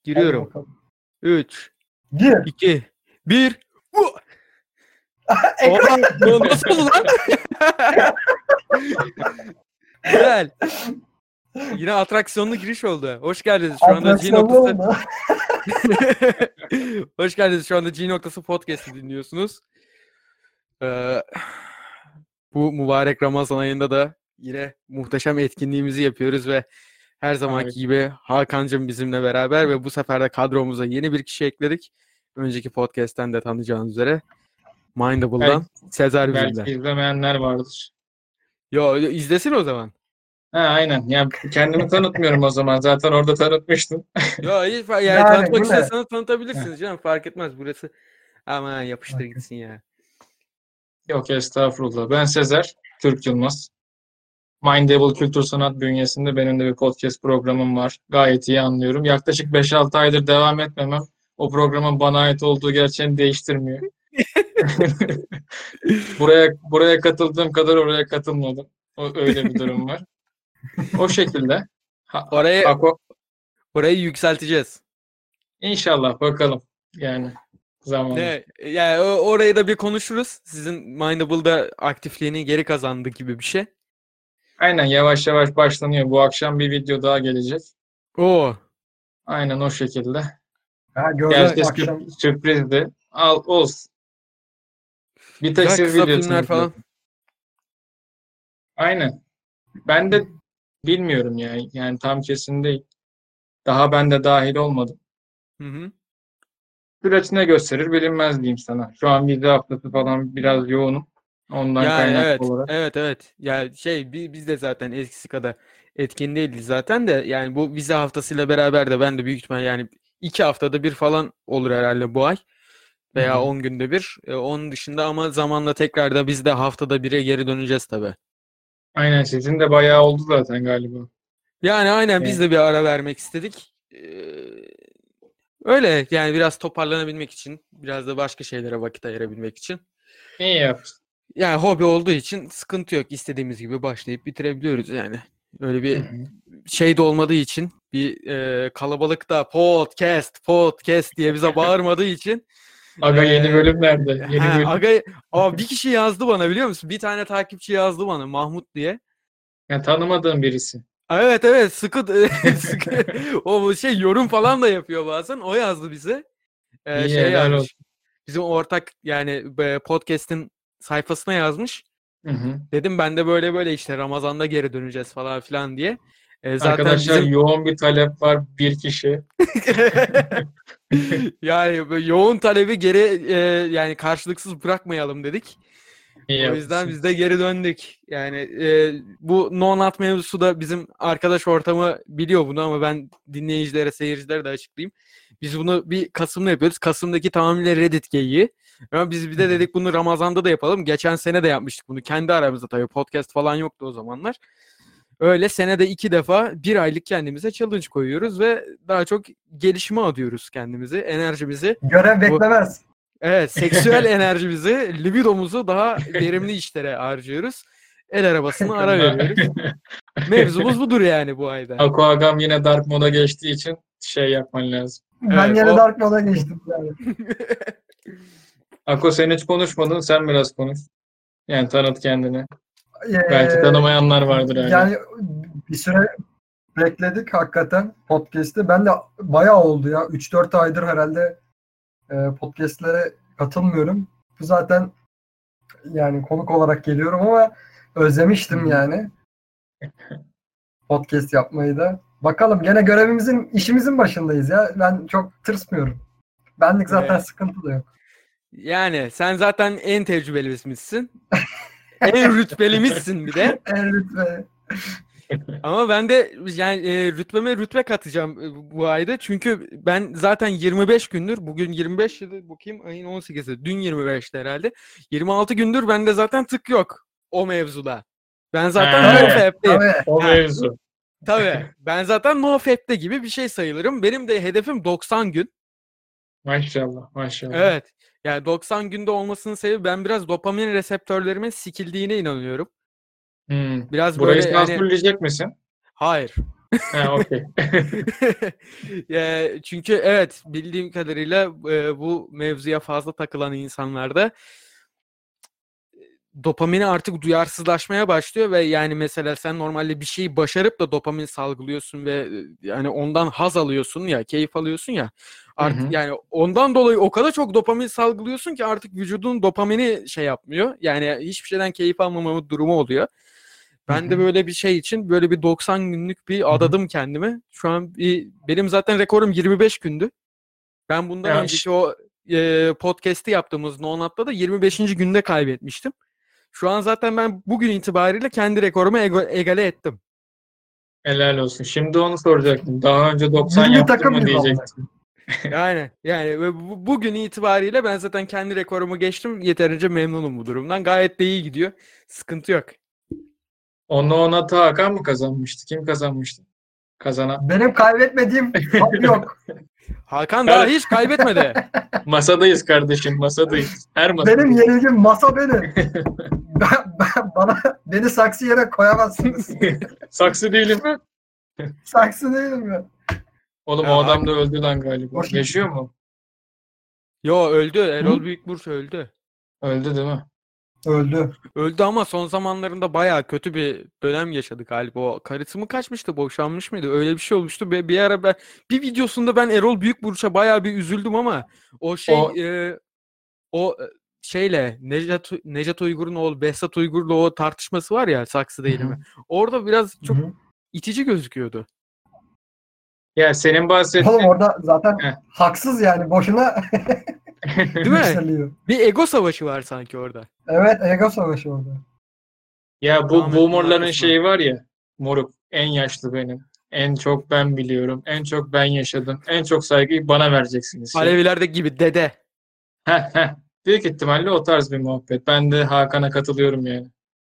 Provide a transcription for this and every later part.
Giriyorum. bakalım. 3, Gir. 2, 1. Ekran. Oha, nasıl oldu lan? Güzel. Yine atraksiyonlu giriş oldu. Hoş geldiniz. Şu anda G Atraksiyonlu noktası. oldu. Hoş geldiniz. Şu anda G noktası podcast'i dinliyorsunuz. Bu mübarek Ramazan ayında da yine muhteşem etkinliğimizi yapıyoruz ve her zamanki gibi Hakan'cığım bizimle beraber ve bu sefer de kadromuza yeni bir kişi ekledik. Önceki podcast'ten de tanıyacağınız üzere Mindable'dan Sezer bizimle. Belki izlemeyenler vardır. Yo, izlesin o zaman. Ha, aynen. Ya kendimi tanıtmıyorum o zaman. Zaten orada tanıtmıştım. Yo, hiç yani Yani tanıtmak bu ne? istiyorsanız tanıtabilirsiniz canım, fark etmez burası. Aman yapıştır gitsin ya. Yok estağfurullah. Ben Sezer Türk Yılmaz. Mindable Kültür Sanat bünyesinde benim de bir podcast programım var. Gayet iyi anlıyorum. Yaklaşık 5-6 aydır devam etmemem o programın bana ait olduğu gerçeğini değiştirmiyor. Buraya katıldığım kadar oraya katılmadım. Öyle bir durum var. O şekilde. Orayı yükselteceğiz. İnşallah bakalım. Yani zamanla. Ne? Yani orayı da bir konuşuruz. Sizin Mindable'da aktifliğini geri kazandı gibi bir şey. Aynen yavaş yavaş başlanıyor. Bu akşam bir video daha gelecek. Oo. Aynen o şekilde. Ha, gördüm Gerçi akşam. sürprizdi. Olsun. Bir tek Güzel siz kısa biliyorsunuz. filmler falan. Aynen. Ben de bilmiyorum yani. Yani tam kesin değil. Daha ben de dahil olmadım. Hı. Süreç ne gösterir bilinmez diyeyim sana. Şu an vize haftası falan biraz yoğunum. Ondan Yani kaynaklı olarak. evet. Ya biz de zaten eskisi kadar etkin değiliz zaten de, yani bu vize haftasıyla beraber de ben de büyük ihtimal yani 2 haftada bir falan olur herhalde bu ay. Veya 10 günde bir. Onun dışında ama zamanla tekrar da biz de haftada 1'e geri döneceğiz tabii. Aynen sizin de bayağı oldu zaten galiba. Yani aynen biz Evet. de bir ara vermek istedik. Öyle yani, biraz toparlanabilmek için, biraz da başka şeylere vakit ayırabilmek için. İyi yaptın. Yani hobi olduğu için sıkıntı yok. İstediğimiz gibi başlayıp bitirebiliyoruz yani. Öyle bir şey de olmadığı için, bir kalabalıkta podcast diye bize bağırmadığı için. Aga yeni bölüm nerede? Yeni bölüm. Aga, bir kişi yazdı bana, biliyor musun? Bir tane takipçi yazdı bana, Mahmut diye. Yani tanımadığım birisi. Evet, sıkı o yorum falan da yapıyor bazen. O yazdı bize. İyi helal olsun. Yazmış. Bizim ortak yani podcast'in sayfasına yazmış. Hı. Dedim ben de böyle işte Ramazan'da geri döneceğiz falan filan diye. Zaten Arkadaşlar yoğun bir talep var, bir kişi. yani böyle yoğun talebi geri yani karşılıksız bırakmayalım dedik. İyi O yüzden yapmışsın. biz de geri döndük. Yani bu No Nut mevzusu da bizim arkadaş ortamı biliyor bunu, ama ben dinleyicilere, seyircilere de açıklayayım. Biz bunu bir Kasım'da yapıyoruz. Kasım'daki tamamıyla Reddit geyiği. Ama biz bir de dedik bunu Ramazan'da da yapalım. Geçen sene de yapmıştık bunu. Kendi aramızda tabii. Podcast falan yoktu o zamanlar. Öyle senede 2 defa 1 aylık kendimize challenge koyuyoruz ve daha çok gelişime adıyoruz kendimizi, enerjimizi. Görev beklemez. Evet, seksüel enerjimizi, libidomuzu daha verimli işlere harcıyoruz. El arabasına ara veriyoruz. Mevzumuz budur yani bu ayda. Aquagam yine dark moda geçtiği için şey yapman lazım. Ben Evet, yine Dark Mode'a geçtim yani. Ako sen hiç konuşmadın, sen biraz konuş. Yani tanıt kendini. Belki tanımayanlar vardır hala. Yani bir süre bekledik hakikaten podcast'te. Ben de bayağı oldu ya. 3-4 aydır herhalde podcast'lere katılmıyorum. Bu zaten yani konuk olarak geliyorum ama özlemiştim yani. Podcast yapmayı da. Bakalım gene görevimizin, işimizin başındayız ya. Ben çok tırsmıyorum. Benlik zaten sıkıntı da yok. Yani sen zaten en tecrübelimizsin. En rütbelimizsin bir de. En rütbe. Ama ben de yani rütbeme rütbe katacağım bu ayda. Çünkü ben zaten 25 gündür, bugün 25 yılı bakayım, ayın 18'i. Dün 25'ti herhalde. 26 gündür bende zaten tık yok o mevzuda. Ben zaten NoFap'teyim. O mevzu. Tabii. Ben zaten NoFap'te gibi bir şey sayılırım. Benim de hedefim 90 gün. Maşallah. Evet. Yani 90 günde olmasının sebebi, ben biraz dopamin reseptörlerimin sikildiğine inanıyorum. Biraz Burayı böyle yani... sansürleyecek misin? Hayır. Ha, okey. Çünkü evet bildiğim kadarıyla bu mevzuya fazla takılan insanlarda dopamini artık duyarsızlaşmaya başlıyor ve yani mesela sen normalde bir şeyi başarıp da dopamin salgılıyorsun ve yani ondan haz alıyorsun ya, keyif alıyorsun ya. Hı Artık hı. yani ondan dolayı o kadar çok dopamin salgılıyorsun ki artık vücudun dopamini şey yapmıyor. Yani hiçbir şeyden keyif almama durumu oluyor. Hı Ben de hı. böyle bir şey için böyle bir 90 günlük bir Hı hı. adadım kendime. Şu an benim zaten rekorum 25 gündü. Ben bundan Ya, önceki o podcast'i yaptığımız No Nut'ta da 25. günde kaybetmiştim. Şu an zaten ben bugün itibariyle kendi rekorumu egale ettim. helal olsun. Şimdi onu soracaktım. Daha önce 90 Milli yaptın takım mı gibi ama. diyecektim. Yani ve bugün itibariyle ben zaten kendi rekorumu geçtim. Yeterince memnunum bu durumdan. Gayet de iyi gidiyor. Sıkıntı yok. Onu ona Hakan mı kazanmıştı? Kim kazanmıştı? Kazanan. Benim kaybetmediğim top yok. Hakan daha hiç kaybetmedi. Masadayız kardeşim, masadayız. Her Benim masadayız. yenilgim masa benim. Beni saksı yere koyamazsınız. Saksı değilim mi? Saksı değilim ben. Oğlum o Ha, adam da öldü lan galiba. Boş- Yaşıyor mu? Yo öldü. Hı? Erol Büyükburç öldü. Öldü değil mi? Öldü. Öldü ama son zamanlarında bayağı kötü bir dönem yaşadı galiba. O karısı mı kaçmıştı, boşanmış mıydı? Öyle bir şey olmuştu. Bir ara bir videosunda ben Erol Büyükburç'a bayağı bir üzüldüm ama o O o şeyle Necat Uygur'un oğlu Behzat Uygur'la o tartışması var ya saksı değil mi? Orada biraz Hı çok hı. itici gözüküyordu. ya senin Oğlum bahsettiğin orada zaten Heh. haksız yani. Boşuna Değil mi? yükseliyor. Bir ego savaşı var sanki orada. Evet, ego savaşı orada. Ya bu Rahmetli'nin boomerların arkasından. şeyi var ya, moruk en yaşlı benim. En çok ben biliyorum. En çok ben yaşadım. En çok saygıyı bana vereceksiniz şey. Alevilerdeki gibi dede. Heh heh. Büyük ihtimalle o tarz bir muhabbet. Ben de Hakan'a katılıyorum yani.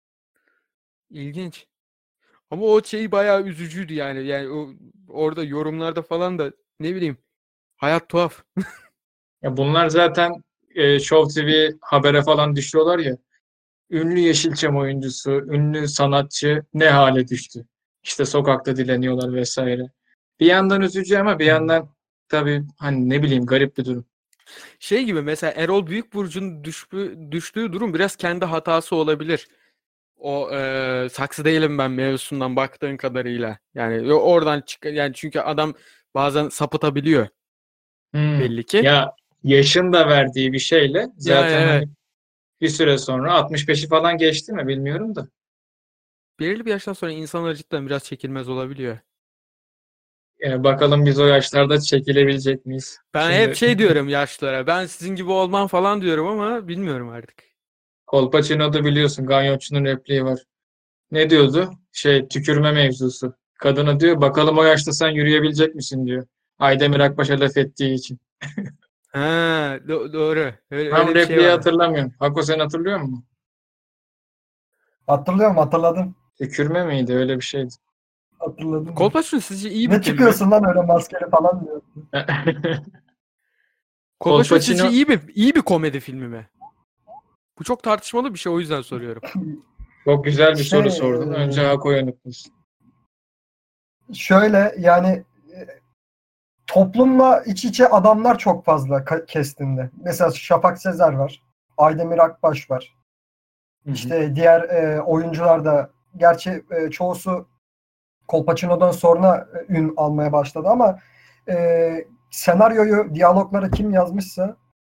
İlginç. Ama o şey bayağı üzücüydü yani. Yani o orada yorumlarda falan da ne bileyim hayat tuhaf. Ya bunlar zaten Show TV habere falan düşüyorlar ya. Ünlü Yeşilçam oyuncusu, ünlü sanatçı ne hale düştü. İşte sokakta dileniyorlar vesaire. Bir yandan üzücü ama bir yandan tabii hani ne bileyim garip bir durum. Şey gibi mesela Erol Büyükburç'un düştüğü durum biraz kendi hatası olabilir. O saksı değilim ben mevzusundan baktığın kadarıyla. Yani oradan yani çünkü adam bazen sapıtabiliyor Hmm. belli ki. Ya yaşın da verdiği bir şeyle Yani zaten evet. hani bir süre sonra 65'i falan geçti mi bilmiyorum da. Belirli bir yaştan sonra insanlar cidden biraz çekilmez olabiliyor. Bakalım biz o yaşlarda çekilebilecek miyiz? Ben hep Şimdi şey diyorum yaşlılara. Ben sizin gibi olmam falan diyorum ama bilmiyorum artık. Kolpaçino'da biliyorsun Ganyotçu'nun repliği var. Ne diyordu? Şey tükürme mevzusu. Kadına diyor bakalım o yaşta sen yürüyebilecek misin diyor. Aydemir Akbaş'a laf ettiği için. Ha, doğru. Tam Öyle bir şey repliği var. hatırlamıyorum. Hako sen hatırlıyor musun? Hatırlıyorum, hatırladım. Tükürme miydi? Öyle bir şeydi. Hatırladım ya. Kolpaçino sizce iyi bir Ne film mi? çıkıyorsun lan öyle maskeli falan diyor. Kolpaçino sizce Kolpaçino iyi bir komedi filmi mi? Bu çok tartışmalı bir şey o yüzden soruyorum. çok güzel bir soru Şey, sordun. Önce Hako'yu unutmuşsun. şöyle yani toplumla iç içe adamlar çok fazla kestinde. Mesela Şafak Sezer var. Aydemir Akbaş var. Hı hı. İşte diğer oyuncular da gerçi çoğusu Kolpaçino'dan sonra ün almaya başladı ama senaryoyu, diyalogları kim yazmışsa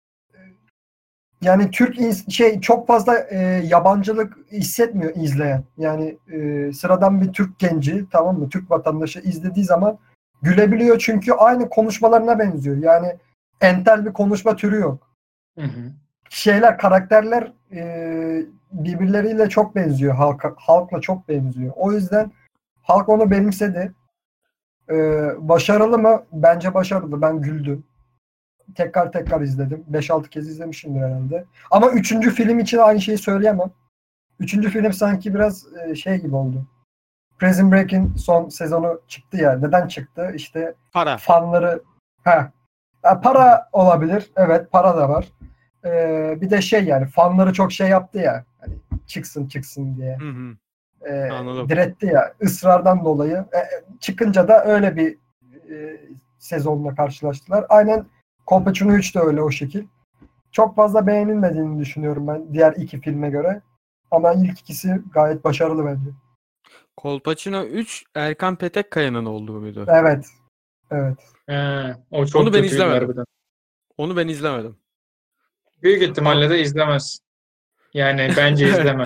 yani çok fazla yabancılık hissetmiyor izleyen. Yani sıradan bir Türk genci, tamam mı? Türk vatandaşı izlediği zaman gülebiliyor çünkü aynı konuşmalarına benziyor. Yani entel bir konuşma türü yok. Hı hı. Karakterler birbirleriyle çok benziyor. Halkla çok benziyor. O yüzden halk onu benimsedi. Başarılı mı? Bence başarılı. Ben güldüm. Tekrar tekrar izledim. 5-6 kez izlemişimdir herhalde. Ama 3. film için aynı şeyi söyleyemem. 3. film sanki biraz şey gibi oldu. Prison Break'in son sezonu çıktı ya. Neden çıktı? İşte Para. fanları para olabilir. Evet, para da var. Bir de şey yani fanları çok şey yaptı ya. Hani çıksın diye. Hı hı. Anladım. diretti ya ısrardan dolayı. Çıkınca da öyle bir sezonla karşılaştılar. Aynen Kolpaçino 3 de öyle o şekil. Çok fazla beğenilmediğini düşünüyorum ben diğer iki filme göre. Ama ilk ikisi gayet başarılı bence. Kolpaçino 3 Erkan Petekkaya'nın olduğu muydu? Evet. Evet. O çok Onu ben kötüydü izlemedim. harbiden. Onu ben izlemedim. Büyük ihtimalle de izlemez. Yani bence izleme.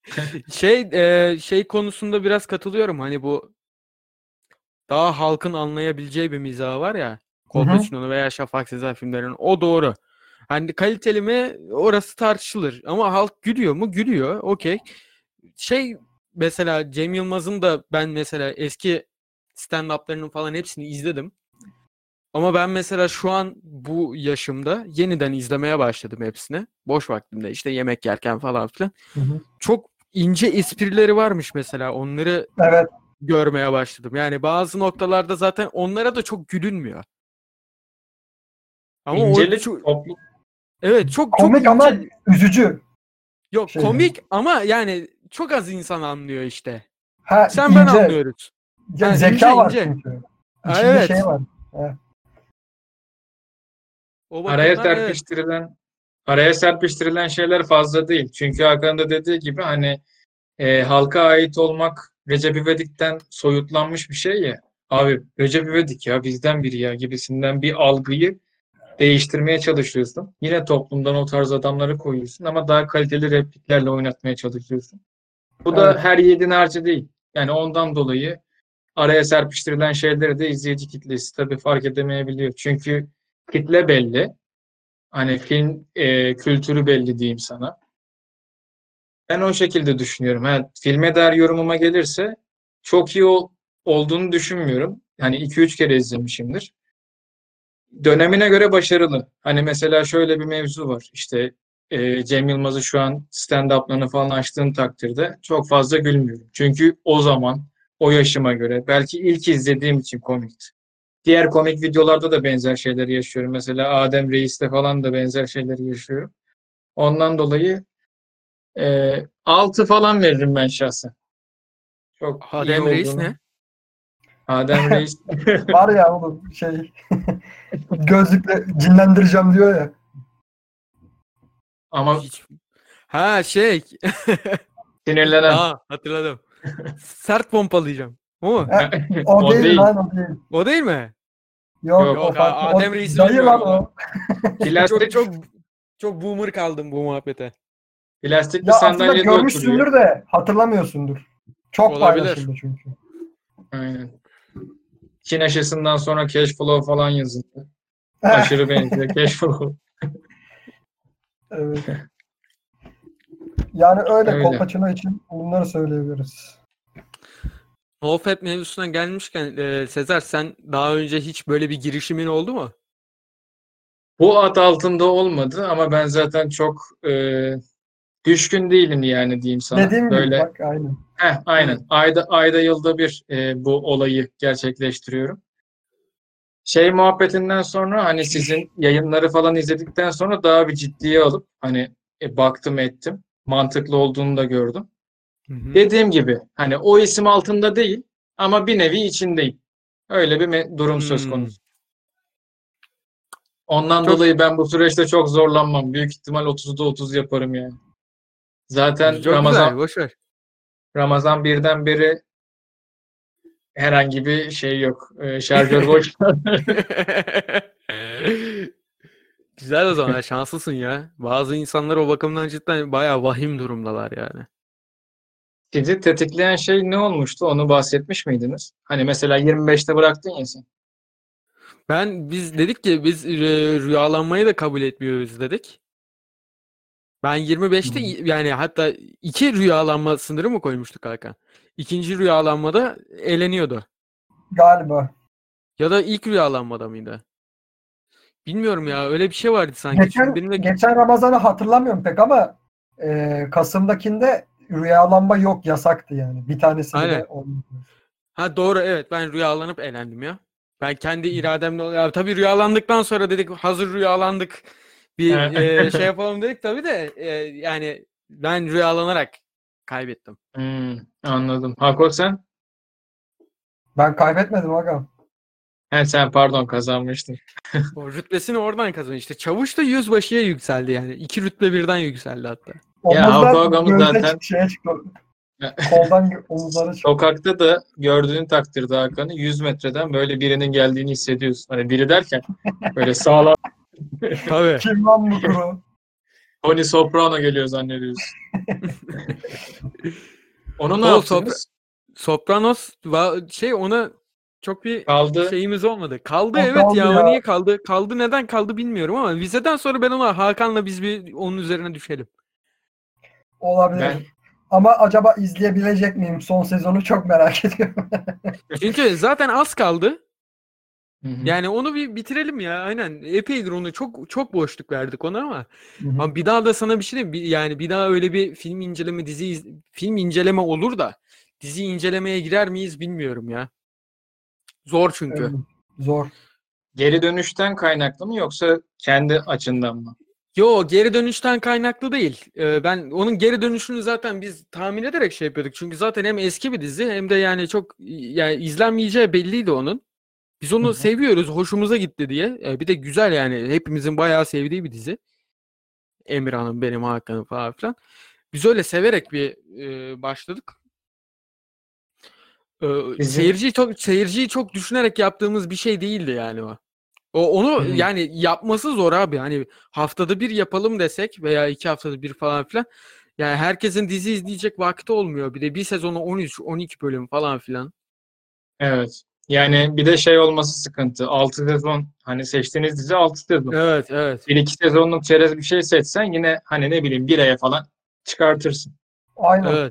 Şey konusunda biraz katılıyorum. Hani bu daha halkın anlayabileceği bir mizahı var ya. Kolpaçino'nun veya Şafak Sezer filmlerinin. O doğru. Hani kaliteli mi? Orası tartışılır. Ama halk gülüyor mu? Gülüyor. Okey. Mesela Cem Yılmaz'ın da ben mesela eski stand-up'larının falan hepsini izledim. Ama ben mesela şu an bu yaşımda yeniden izlemeye başladım hepsini. Boş vaktimde işte yemek yerken falan filan. Çok ince esprileri varmış mesela. Onları Evet. görmeye başladım. Yani bazı noktalarda zaten onlara da çok gülünmüyor. Ama İncelik toplum. evet çok Komik ama ince. üzücü. Yok şeyler. komik ama yani çok az insan anlıyor işte. Ha, Sen ben ince. anlıyoruz. Ha, Zeka var ince. çünkü. Ha, İçinde evet. şey var. Ha. O Araya bakımdan evet. serpiştirilen şeyler fazla değil. Çünkü Hakan da dediği gibi hani halka ait olmak Recep İvedik'ten soyutlanmış bir şey ya. Abi Recep İvedik ya bizden biri ya gibisinden bir algıyı değiştirmeye çalışıyorsun. Yine toplumdan o tarz adamları koyuyorsun ama daha kaliteli repliklerle oynatmaya çalışıyorsun. Bu da Evet. her yiğidin harcı değil. Yani ondan dolayı araya serpiştirilen şeyleri de izleyici kitlesi tabii fark edemeyebiliyor. Çünkü kitle belli. Hani film kültürü belli diyeyim sana. Ben o şekilde düşünüyorum. Ha, filme dair yorumuma gelirse çok iyi olduğunu düşünmüyorum. Hani 2-3 kere izlemişimdir. Dönemine göre başarılı. Hani mesela şöyle bir mevzu var. İşte Cem Yılmaz'ı şu an stand-up'larını falan açtığım takdirde çok fazla gülmüyorum. Çünkü o zaman o yaşıma göre belki ilk izlediğim için komikti. Diğer komik videolarda da benzer şeyleri yaşıyorum. Mesela Adem Reis'te falan da benzer şeyleri yaşıyorum. Ondan dolayı 6 falan veririm ben şahsen. Çok iyi Adem Reis ne? olduğunu. Adem Reis Var ya oğlum gözlükle cinlendireceğim diyor ya. ama Hiç. Ha sinirlenen. Aa hatırladım. Sert pompalayacağım. O mu? Ha, o O değil değil. lan o değil. O değil mi? Yok Yok. o Yok farklı. O Adem Reis'i dayı bilmiyorum lan ama. o. Çok Plastik, çok çok boomer kaldım bu muhabbete. plastik bir Ya aslında sandalyede oturuyor. görmüşsündür de hatırlamıyorsundur. Çok Olabilir. paylaşıldı çünkü. Aynen. Çin aşısından sonra cash flow falan yazıldı. Aşırı benziyor cash flow. Evet. Yani öyle Öyle. Kolpaçino için bunları söyleyebiliriz. NoFap mevzusuna gelmişken Sezer sen daha önce hiç böyle bir girişimin oldu mu? Bu ad altında olmadı ama ben zaten çok düşkün değilim yani diyeyim sana. Dediğim gibi Böyle bak aynen. Hı. aynen ayda yılda bir bu olayı gerçekleştiriyorum. Şey muhabbetinden sonra hani sizin yayınları falan izledikten sonra daha bir ciddiye alıp hani baktım ettim. Mantıklı olduğunu da gördüm. Hı hı. Dediğim gibi hani o isim altında değil ama bir nevi içindeyim. Öyle bir durum söz Hmm. konusu. Ondan Çok dolayı ben bu süreçte çok zorlanmam. Büyük ihtimal 30'da 30 yaparım yani. Zaten çok güzel. Boş ver. Ramazan birden beri herhangi bir şey yok. Şarjör boş. Güzel o zaman. Şanslısın ya. Bazı insanlar o bakımdan cidden bayağı vahim durumdalar yani. Sizi tetikleyen şey ne olmuştu? Onu bahsetmiş miydiniz? Hani mesela 25'te bıraktın ya sen. Biz dedik ki biz rüyalanmayı da kabul etmiyoruz dedik. Ben 25'te yani hatta 2 rüyalanma sınırı mı koymuştuk Hakan? İkinci rüyalanmada eleniyordu. Galiba. Ya da ilk rüyalanmada mıydı? Bilmiyorum ya öyle bir şey vardı sanki. Çünkü benim de Geçen Ramazan'ı hatırlamıyorum pek ama Kasım'dakinde rüyalanma yok yasaktı yani. Bir tanesi bile aynen. olmadı. Ha doğru evet ben rüyalanıp elendim ya. Ben kendi irademle ya tabii rüyalandıktan sonra dedik hazır rüyalandık bir şey yapalım dedik tabii de yani ben rüyalanarak Kaybettim. Anladım. Hako sen? Ben kaybetmedim aga. Sen pardon kazanmıştın. O rütbesini oradan kazanıyor. İşte Çavuş da yüzbaşıya yükseldi yani. 2 rütbe birden yükseldi hatta. Ya Hako Omuzdan Aga'mız göğüse zaten şeye çıktı. Koldan omuzlara çıktı. sokakta da gördüğün takdirde Hakan'ı 100 metreden böyle birinin geldiğini hissediyorsun. Hani biri derken böyle sağlam Tabii. Kim lan bu kuru? Tony Soprano geliyor zannediyorsun. Onu ne O yaptınız? Sopranos ona çok bir Kaldı. şeyimiz olmadı. Kaldı O evet kaldı ya. ya. O niye kaldı? Kaldı neden kaldı bilmiyorum ama vizeden sonra ben ona Hakan'la biz bir onun üzerine düşelim. Olabilir. Ben Ama acaba izleyebilecek miyim? Son sezonu çok merak ediyorum. Çünkü zaten az kaldı. Hı hı. Yani onu bir bitirelim ya. Aynen. Epeydir onu çok boşluk verdik ona ama. Hı hı. Ama bir daha da sana bir şey diyeyim. Yani bir daha öyle bir film inceleme olur da dizi incelemeye girer miyiz bilmiyorum ya. Zor çünkü. Evet, zor. Geri dönüşten kaynaklı mı yoksa kendi açından mı? Yo, geri dönüşten kaynaklı değil. Ben onun geri dönüşünü zaten biz tahmin ederek şey yapıyorduk. Çünkü zaten hem eski bir dizi hem de yani çok yani izlenmeyeceği belliydi onun. Biz Hı onu hı. seviyoruz, hoşumuza gitti diye. Bir de güzel yani hepimizin bayağı sevdiği bir dizi. Emirhan'ın, benim, Hakan'ın falan filan. Biz öyle severek bir başladık. Bizim Seyirciyi çok düşünerek yaptığımız bir şey değildi yani o. Onu yani yapması zor abi. Hani haftada bir yapalım desek veya 2 haftada bir falan filan. Yani herkesin dizi izleyecek vakti olmuyor. Bir de bir sezonu 13-12 bölüm falan filan. evet. Yani bir de şey olması sıkıntı. 6 sezon hani seçtiğiniz dizi 6 sezon. Evet, evet. 1-2 sezonluk çerez bir şey seçsen yine hani ne bileyim bir aya falan çıkartırsın. Aynen. Evet.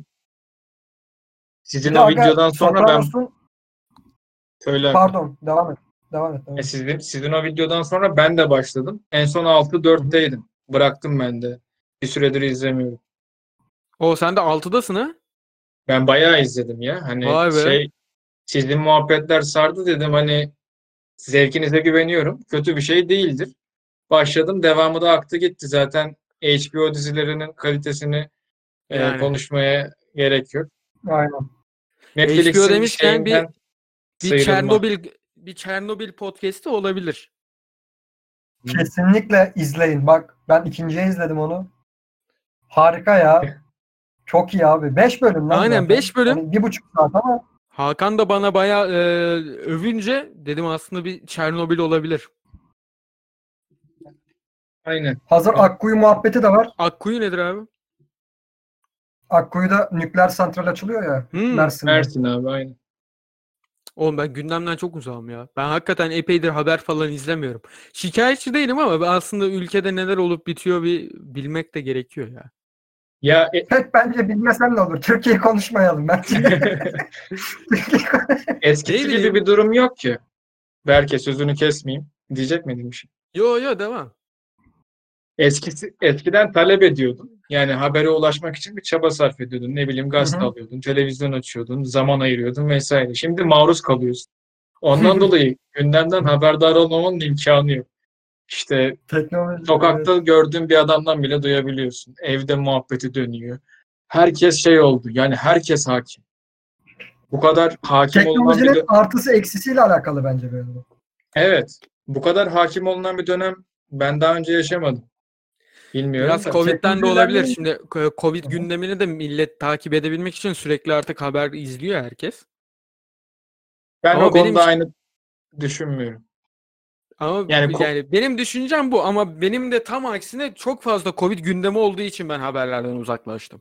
Sizin Bir de o aga videodan sonra ben Sopranos'un söyle Hakan. pardon devam et. Devam et. Sizin o videodan sonra ben de başladım. En son 6-4'teydim. Bıraktım ben de. Bir süredir izlemiyorum. O sen de 6'dasın ha? Ben bayağı izledim ya. Hani Vay be. sizin muhabbetler sardı dedim hani zevkinize güveniyorum. Kötü bir şey değildir. Başladım. Devamı da aktı gitti. Zaten HBO dizilerinin kalitesini Yani konuşmaya gerek yok. Aynen. HBO Netflix'in demişken şeyinden bir sıyrılma. Çernobil podcast'i olabilir. Kesinlikle izleyin. Bak ben ikinciye izledim onu. Harika ya. Çok iyi abi. 5 bölüm lan Aynen, zaten. 5 bölüm. Yani 1,5 saat ama Hakan da bana bayağı övünce dedim aslında bir Çernobil olabilir. Aynen. hazır Akkuyu muhabbeti de var. Akkuyu nedir abi? Akkuyu'da nükleer santral açılıyor ya Mersin'de. Mersin abi aynen. Oğlum ben gündemden çok uzağım ya. Ben hakikaten epeydir haber falan izlemiyorum. Şikayetçi değilim ama ben aslında ülkede neler olup bitiyor bir bilmek de gerekiyor ya. Ya Pek bence bilmesen de olur. Türkiye'yi konuşmayalım bence. eskisi Ne gibi bileyim. bir durum yok ki. Berke sözünü kesmeyeyim. Diyecek miydim bir şey? Yo devam. Eskiden talep ediyordun. Yani habere ulaşmak için bir çaba sarf ediyordun. Ne bileyim gazete Hı hı. alıyordun, televizyon açıyordun, zaman ayırıyordun vesaire. Şimdi maruz kalıyorsun. Ondan dolayı gündemden haberdar olmamanın imkanı yok. İşte Teknoloji. sokakta Evet. gördüğün bir adamdan bile duyabiliyorsun. Evde muhabbeti dönüyor. Herkes şey oldu. Yani herkes hakim. Bu kadar hakim olunan Teknolojinin artısı eksisiyle alakalı bence böyle. evet. Bu kadar hakim olunan bir dönem ben daha önce yaşamadım. Bilmiyorum Biraz da. Covid'den de teknoloji olabilir. ilerleyince- Şimdi Covid Hı hı. gündemini de millet takip edebilmek için sürekli artık haber izliyor herkes. Ben o Ama benim konuda aynı düşünmüyorum. Yani benim düşüncem bu ama benim de tam aksine çok fazla Covid gündemi olduğu için ben haberlerden uzaklaştım.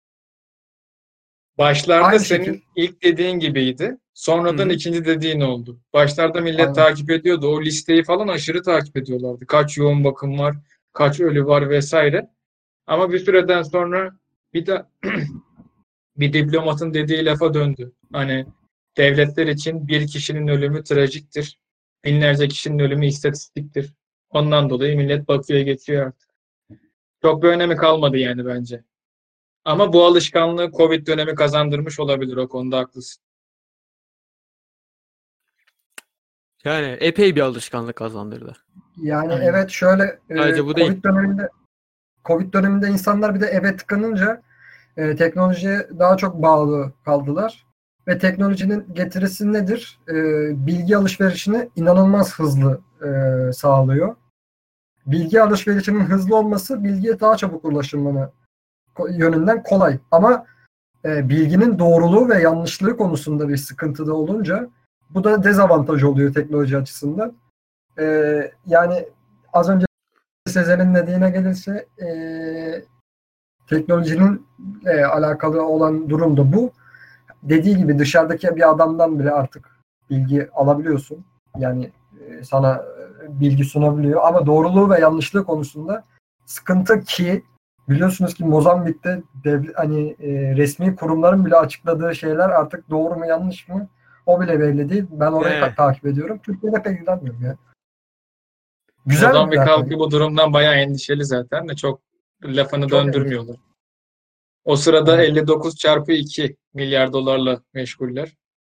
başlarda Aynı senin şekil. ilk dediğin gibiydi. Sonradan Hı-hı. ikinci dediğin oldu. Başlarda millet Aynen. takip ediyordu. O listeyi falan aşırı takip ediyorlardı. Kaç yoğun bakım var, kaç ölü var vesaire. Ama bir süreden sonra bir de bir diplomatın dediği lafa döndü. Hani devletler için bir kişinin ölümü trajiktir. Binlerce kişinin ölümü istatistiktir. Ondan dolayı millet bakıya geçiyor artık. Çok bir önemi kalmadı yani bence. Ama bu alışkanlığı Covid dönemi kazandırmış olabilir. O konuda haklısın. Yani epey bir alışkanlık kazandırdı. Yani Aynen. evet şöyle Sadece bu değil. Covid döneminde insanlar bir de eve tıkanınca Teknolojiye daha çok bağlı kaldılar. Ve teknolojinin getirisi nedir? Bilgi alışverişini inanılmaz hızlı sağlıyor. Bilgi alışverişinin hızlı olması bilgiye daha çabuk ulaşılmanı yönünden kolay. Ama bilginin doğruluğu ve yanlışlığı konusunda bir sıkıntı da olunca bu da dezavantaj oluyor teknoloji açısından. Yani az önce Sezer'in dediğine gelirse teknolojinin alakalı olan durum da bu. Dediği gibi dışarıdaki bir adamdan bile artık bilgi alabiliyorsun. Yani sana bilgi sunabiliyor. Ama doğruluğu ve yanlışlığı konusunda sıkıntı ki biliyorsunuz ki Mozambik'te resmi kurumların bile açıkladığı şeyler artık doğru mu yanlış mı o bile belli değil. Ben orayı takip ediyorum. Türkiye'de pek ilgilenmiyorum ya. Güzel Mozambik halkı bu durumdan bayağı endişeli zaten de çok lafını çok döndürmüyorlar. O sırada 59 çarpı 2 milyar dolarla meşguller.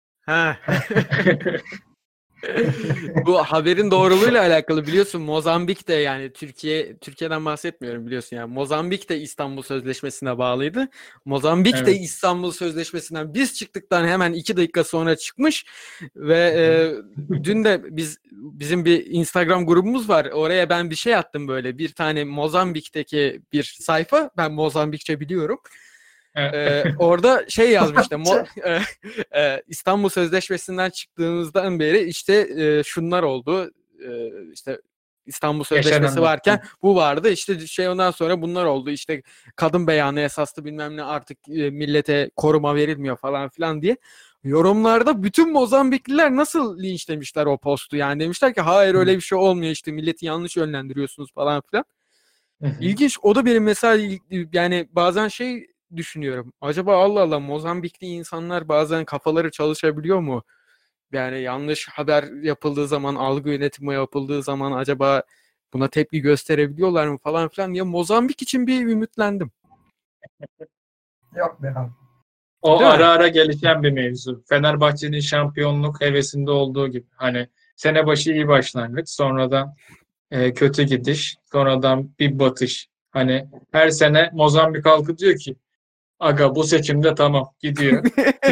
Bu haberin doğruluğuyla alakalı biliyorsun Mozambik de yani Türkiye'den bahsetmiyorum biliyorsun yani Mozambik de İstanbul Sözleşmesi'ne bağlıydı. Mozambik de İstanbul Sözleşmesi'nden biz çıktıktan hemen 2 dakika sonra çıkmış ve dün de bizim bir Instagram grubumuz var. Oraya ben bir şey attım böyle bir tane Mozambik'teki bir sayfa. Ben Mozambikçe biliyorum. Orada şey yazmıştı İstanbul Sözleşmesi'nden çıktığımızdan beri işte şunlar oldu işte İstanbul Sözleşmesi varken bu vardı işte ondan sonra bunlar oldu işte kadın beyanı esaslı bilmem ne artık millete koruma verilmiyor falan filan diye yorumlarda bütün Mozambikliler nasıl linçlemişler o postu yani demişler ki hayır öyle bir şey olmuyor işte milleti yanlış yönlendiriyorsunuz falan filan. İlginç o da benim mesela yani bazen şey düşünüyorum. Acaba Allah Allah Mozambikli insanlar bazen kafaları çalışabiliyor mu? Yani yanlış haber yapıldığı zaman, algı yönetimi yapıldığı zaman acaba buna tepki gösterebiliyorlar mı falan filan diye Mozambik için bir ümitlendim. Yok be abi. O ara gelişen bir mevzu. Fenerbahçe'nin şampiyonluk hevesinde olduğu gibi. Hani sene başı iyi başlangıç, sonradan kötü gidiş, sonradan bir batış. Hani her sene Mozambik halkı diyor ki aga bu seçimde tamam gidiyor.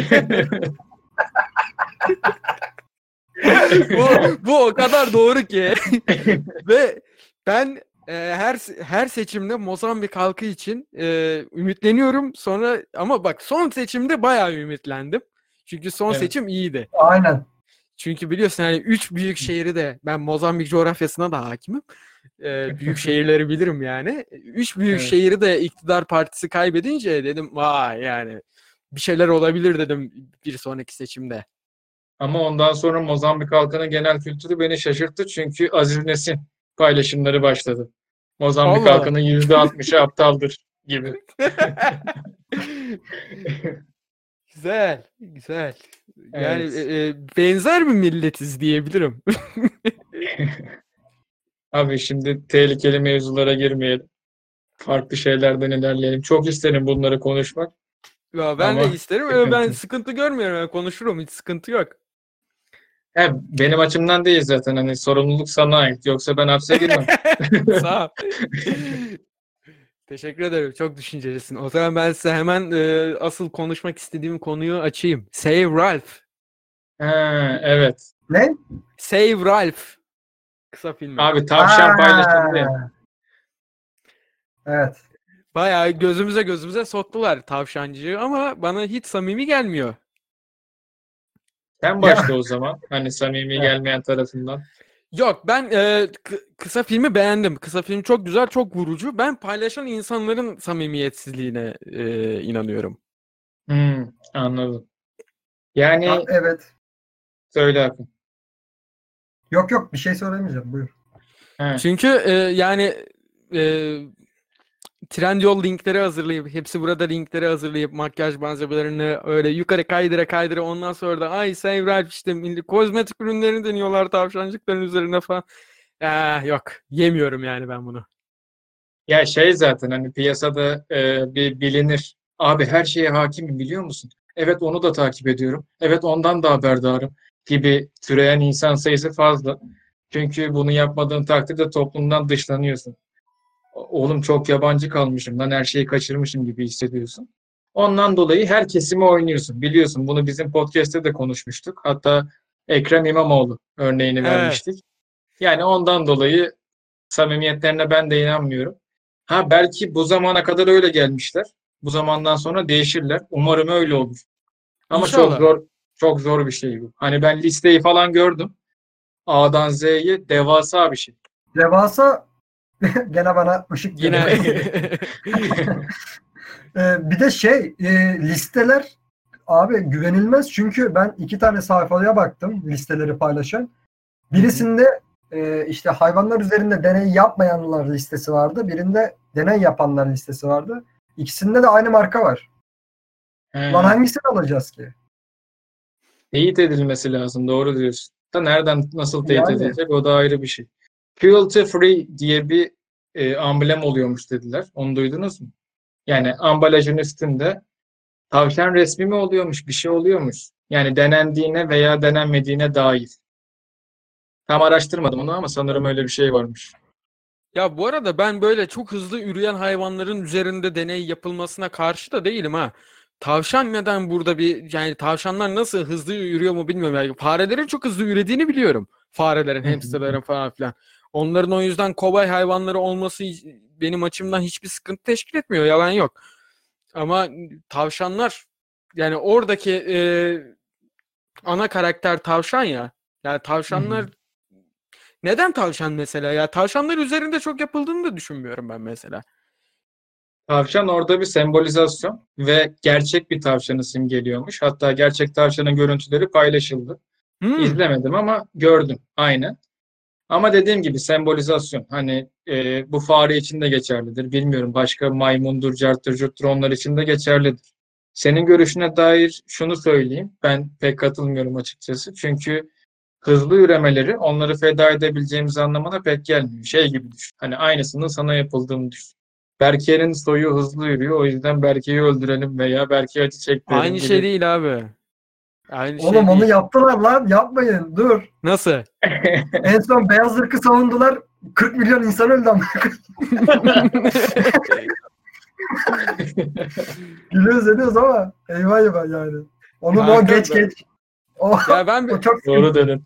bu o kadar doğru ki ve ben her seçimde Mozambik halkı için ümitleniyorum sonra ama bak son seçimde bayağı ümitlendim. Çünkü son seçim iyiydi. Aynen. Çünkü biliyorsun yani 3 büyük şehri de ben Mozambik coğrafyasına da hakimim. Büyük şehirleri bilirim yani. 3 büyük şehri de iktidar partisi kaybedince dedim vay yani bir şeyler olabilir dedim bir sonraki seçimde. Ama ondan sonra Mozambik halkının genel kültürü beni şaşırttı. Çünkü Aziz Nesin paylaşımları başladı. Mozambik halkının %60'ı aptaldır gibi. Güzel, güzel. Yani benzer bir milletiz diyebilirim. Abi şimdi tehlikeli mevzulara girmeyelim. Farklı şeylerden ilerleyelim. Çok isterim bunları konuşmak. Ya ben de isterim. Ben sıkıntı görmüyorum. Ben konuşurum. Hiç sıkıntı yok. Benim açımdan değil zaten. Hani sorumluluk sana ait. Yoksa ben hapse girmem. Sağ ol. Teşekkür ederim. Çok düşüncelisin. O zaman ben size hemen asıl konuşmak istediğim konuyu açayım. Save Ralph. Evet. Ne? Save Ralph. Kısa film. Abi tavşan paylaşımı. Evet. Bayağı gözümüze soktular tavşancığı ama bana hiç samimi gelmiyor. Sen başla o zaman. Hani samimi gelmeyen tarafından. Yok ben kısa filmi beğendim. Kısa film çok güzel, çok vurucu. Ben paylaşan insanların samimiyetsizliğine inanıyorum. Anladım. Yani evet. Söyle Akın. Yok bir şey söylemeyeceğim. Buyur. Çünkü yani Trendyol linkleri hazırlayıp hepsi burada linkleri hazırlayıp makyaj malzemelerini öyle yukarı kaydıra ondan sonra da ay Save Ralph işte kozmetik ürünlerini deniyorlar tavşancıkların üzerine falan. Yok yemiyorum yani ben bunu. Ya zaten hani piyasada bir bilinir. Abi her şeye hakimim biliyor musun? Evet onu da takip ediyorum. Evet ondan da haberdarım gibi türeyen insan sayısı fazla. Çünkü bunu yapmadığın takdirde toplumdan dışlanıyorsun. Oğlum çok yabancı kalmışım lan her şeyi kaçırmışım gibi hissediyorsun. Ondan dolayı her kesimi oynuyorsun. Biliyorsun bunu bizim podcast'te de konuşmuştuk. Hatta Ekrem İmamoğlu örneğini Evet. vermiştik. Yani ondan dolayı samimiyetlerine ben de inanmıyorum. Ha belki bu zamana kadar öyle gelmişler. Bu zamandan sonra değişirler. Umarım öyle olur. Ama İnşallah. çok zor bir şey bu. Hani ben listeyi falan gördüm. A'dan Z'ye devasa bir şey. Devasa gene bana ışık Yine geliyor. Bir de listeler abi güvenilmez, çünkü ben 2 tane sayfaya baktım listeleri paylaşan. Birisinde işte hayvanlar üzerinde deney yapmayanlar listesi vardı. Birinde deney yapanlar listesi vardı. İkisinde de aynı marka var. Lan hangisini alacağız ki? Teyit edilmesi lazım. Doğru diyorsun. Da nereden nasıl teyit Yani. edilecek o da ayrı bir şey. Cruelty free diye bir amblem oluyormuş dediler. Onu duydunuz mu? Yani ambalajın üstünde tavşan resmi mi oluyormuş, bir şey oluyormuş. Yani denendiğine veya denenmediğine dair. Tam araştırmadım onu ama sanırım öyle bir şey varmış. Ya bu arada ben böyle çok hızlı üreyen hayvanların üzerinde deney yapılmasına karşı da değilim ha. Tavşan neden burada yani tavşanlar nasıl hızlı ürüyor mu bilmiyorum. Yani farelerin çok hızlı ürediğini biliyorum. Farelerin, hamsterların falan filan. Onların o yüzden kobay hayvanları olması benim açımdan hiçbir sıkıntı teşkil etmiyor. Yalan yok. Ama tavşanlar, yani oradaki ana karakter tavşan ya. Yani tavşanlar neden tavşan mesela? Ya tavşanlar üzerinde çok yapıldığını da düşünmüyorum ben mesela. Tavşan orada bir sembolizasyon ve gerçek bir tavşanı simgeliyormuş. Hatta gerçek tavşanın görüntüleri paylaşıldı. İzlemedim ama gördüm. Aynen. Ama dediğim gibi sembolizasyon. Hani bu fare için de geçerlidir. Bilmiyorum, başka maymundur, carttır, curttur onlar için de geçerlidir. Senin görüşüne dair şunu söyleyeyim. Ben pek katılmıyorum açıkçası. Çünkü hızlı üremeleri onları feda edebileceğimiz anlamına pek gelmiyor. Şey gibi düşün. Hani aynısının sana yapıldığını düşün. Berke'nin soyu hızlı yürüyor. O yüzden Berke'yi öldürelim veya Berke'ye acı çektirelim Aynı gibi. şey değil abi. Aynı Oğlum şey onu değil. yaptılar lan. Yapmayın. Dur. Nasıl? En son beyaz ırkı savundular. 40 milyon insan öldü ama. Gülüyoruz ediyoruz ama eyvah eyvah yani. Onu Kanka o geç. O, Ya ben o çok Doğru dedin.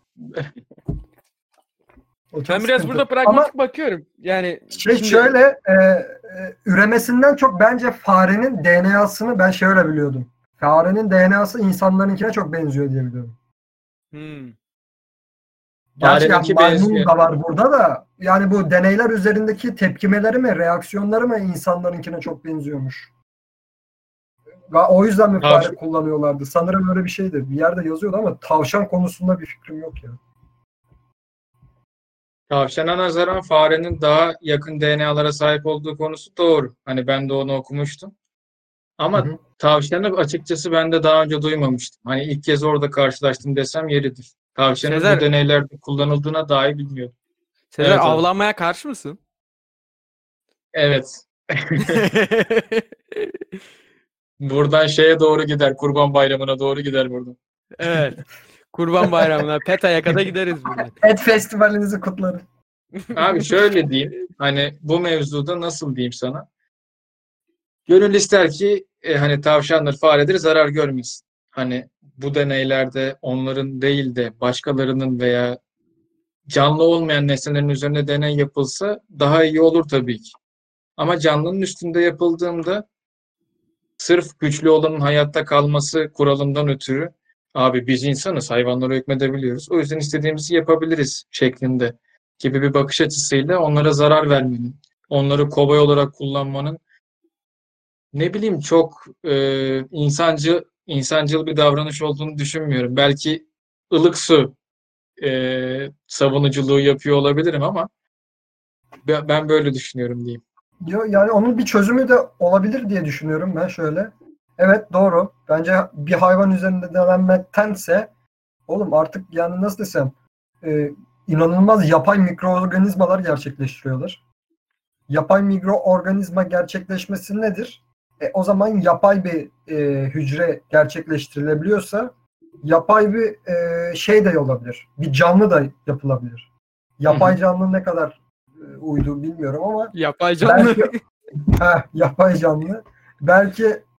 o çok ben biraz sıkıntı. burada pragmatik bakıyorum. Yani şimdi Şöyle üremesinden çok bence farenin DNA'sını ben şöyle biliyordum. Farenin DNA'sı insanlarınkine çok benziyor diye biliyorum. Gerçi Fareninki maymun benziyor. da var burada da. Yani bu deneyler üzerindeki tepkimeleri mi, reaksiyonları mı insanlarınkine çok benziyormuş. O yüzden mi fare kullanıyorlardı? Sanırım öyle bir şeydi. Bir yerde yazıyordu ama tavşan konusunda bir fikrim yok ya. Tavşana nazaran farenin daha yakın DNA'lara sahip olduğu konusu doğru. Hani ben de onu okumuştum. Ama tavşanı açıkçası ben de daha önce duymamıştım. Hani ilk kez orada karşılaştım desem yeridir. Tavşanın Sezer, bu deneylerde kullanıldığına dair bilmiyordum. Sezer Evet, avlanmaya karşı mısın? Evet. Buradan şeye doğru gider. Kurban Bayramı'na doğru gider buradan. Evet. Kurban Bayramı'na, PETA'ya kadar gideriz buradan. Et festivalinizi kutlarım. Abi şöyle diyeyim. Hani bu mevzuda nasıl diyeyim sana? Gönül ister ki hani tavşandır, faredir zarar görmesin. Hani bu deneylerde onların değil de başkalarının veya canlı olmayan nesnelerin üzerinde deney yapılsa daha iyi olur tabii ki. Ama canlının üstünde yapıldığında sırf güçlü olanın hayatta kalması kuralından ötürü abi biz insanız, hayvanlara hükmedebiliyoruz. O yüzden istediğimizi yapabiliriz şeklinde gibi bir bakış açısıyla onlara zarar vermenin, onları kobay olarak kullanmanın ne bileyim çok insancıl bir davranış olduğunu düşünmüyorum. Belki ılık su savunuculuğu yapıyor olabilirim ama ben böyle düşünüyorum diyeyim. Yani onun bir çözümü de olabilir diye düşünüyorum ben şöyle. Evet doğru. Bence bir hayvan üzerinde denenmektense oğlum artık yani nasıl desem inanılmaz yapay mikroorganizmalar gerçekleştiriyorlar. Yapay mikroorganizma gerçekleşmesi nedir? O zaman yapay bir hücre gerçekleştirilebiliyorsa yapay bir şey de olabilir. Bir canlı da yapılabilir. Yapay canlı ne kadar uydu bilmiyorum ama Yapay canlı. belki yapay canlı. Belki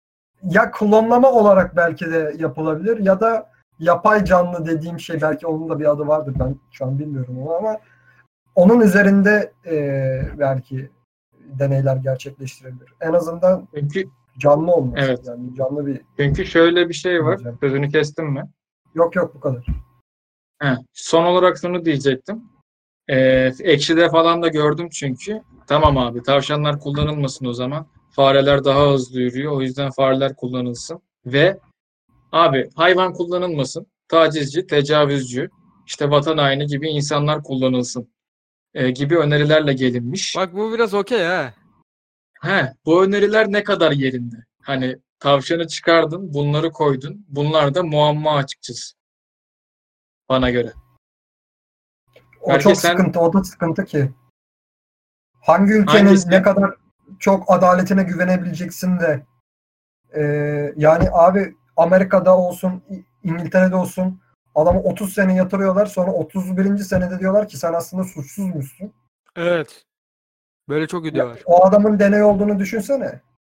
ya klonlama olarak belki de yapılabilir ya da yapay canlı dediğim şey, belki onun da bir adı vardır, ben şu an bilmiyorum onu, ama onun üzerinde belki deneyler gerçekleştirebilir. En azından Çünkü canlı olması. evet. Yani canlı bir... Çünkü şöyle bir şey var. Hocam. Sözünü kestim mi? Yok bu kadar. Son olarak şunu diyecektim. Ekşi'de falan da gördüm çünkü. Tamam abi, tavşanlar kullanılmasın o zaman. Fareler daha hızlı yürüyor. O yüzden fareler kullanılsın. Ve abi hayvan kullanılmasın. Tacizci, tecavüzcü, işte vatan haini gibi insanlar kullanılsın gibi önerilerle gelinmiş. Bak bu biraz okey ha. Bu öneriler ne kadar yerinde? Hani tavşanı çıkardın, bunları koydun. Bunlar da muamma açıkçası. Bana göre. O Belki çok sen sıkıntı. O da sıkıntı ki. Hangi ülkenin hangisi? ne kadar çok adaletine güvenebileceksin de yani abi Amerika'da olsun, İngiltere'de olsun adamı 30 sene yatırıyorlar, sonra 31. senede diyorlar ki sen aslında suçsuzmuşsun. Evet. Böyle çok video var. O adamın deney olduğunu düşünsene.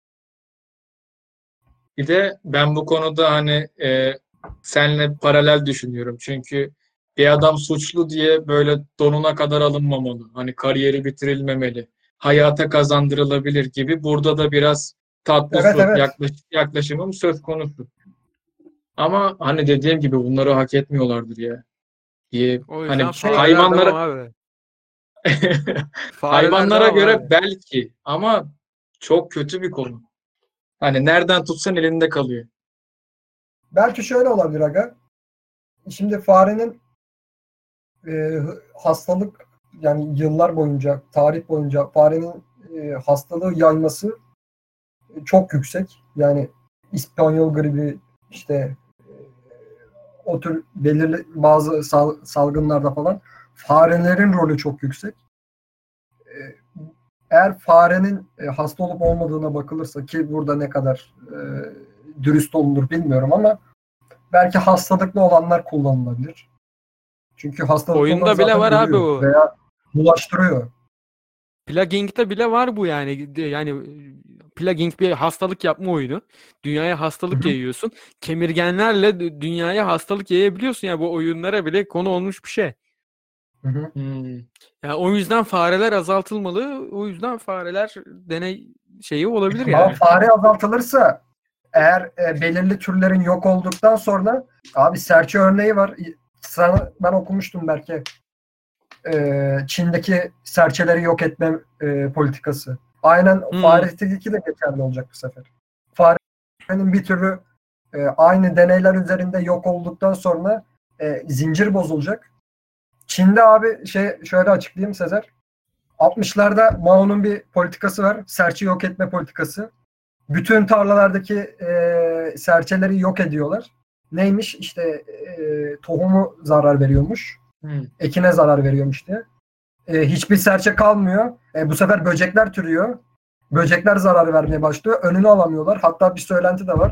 Bir de ben bu konuda hani seninle paralel düşünüyorum. Çünkü bir adam suçlu diye böyle donuna kadar alınmamalı. Hani kariyeri bitirilmemeli. Hayata kazandırılabilir gibi. Burada da biraz tatlı Evet, su evet. yaklaşımım söz konusu. Ama hani dediğim gibi bunları hak etmiyorlardır ya diye. O yüzden Hani fareler devam hayvanlara abi. Fareler hayvanlara devam göre abi. belki ama çok kötü bir konu. Hani nereden tutsan elinde kalıyor. Belki şöyle olabilir aga. Şimdi farenin hastalık, yani yıllar boyunca, tarih boyunca farenin hastalığı yayması çok yüksek. Yani İspanyol gribi, işte o tür belirli bazı salgınlarda falan farelerin rolü çok yüksek. Eğer farenin hasta olup olmadığına bakılırsa, ki burada ne kadar dürüst olunur bilmiyorum, ama belki hastalıklı olanlar kullanılabilir. Çünkü hastalıklı olan Oyunda bile zaten var abi ölüyor bu. veya bulaştırıyor. Plaguing'de bile var bu yani. Yani Plaguing bir hastalık yapma oyunu. Dünyaya hastalık Hı hı. yayıyorsun. Kemirgenlerle dünyaya hastalık yayabiliyorsun ya, bu oyunlara bile konu olmuş bir şey. Hı hı. Yani o yüzden fareler azaltılmalı. O yüzden fareler deney şeyi olabilir Ama yani. fare azaltılırsa, eğer belirli türlerin yok olduktan sonra, abi serçe örneği var. Sana ben okumuştum belki. Çin'deki serçeleri yok etme politikası. Aynen faredeki de geçerli olacak bu sefer. Farenin bir türü aynı deneyler üzerinde yok olduktan sonra zincir bozulacak. Çin'de abi şöyle açıklayayım Sezer. 60'larda Mao'nun bir politikası var. Serçe yok etme politikası. Bütün tarlalardaki serçeleri yok ediyorlar. Neymiş? İşte tohumu zarar veriyormuş. Ekine zarar veriyormuş diye. Hiçbir serçe kalmıyor. Bu sefer böcekler türüyor. Böcekler zarar vermeye başlıyor. Önünü alamıyorlar. Hatta bir söylenti de var.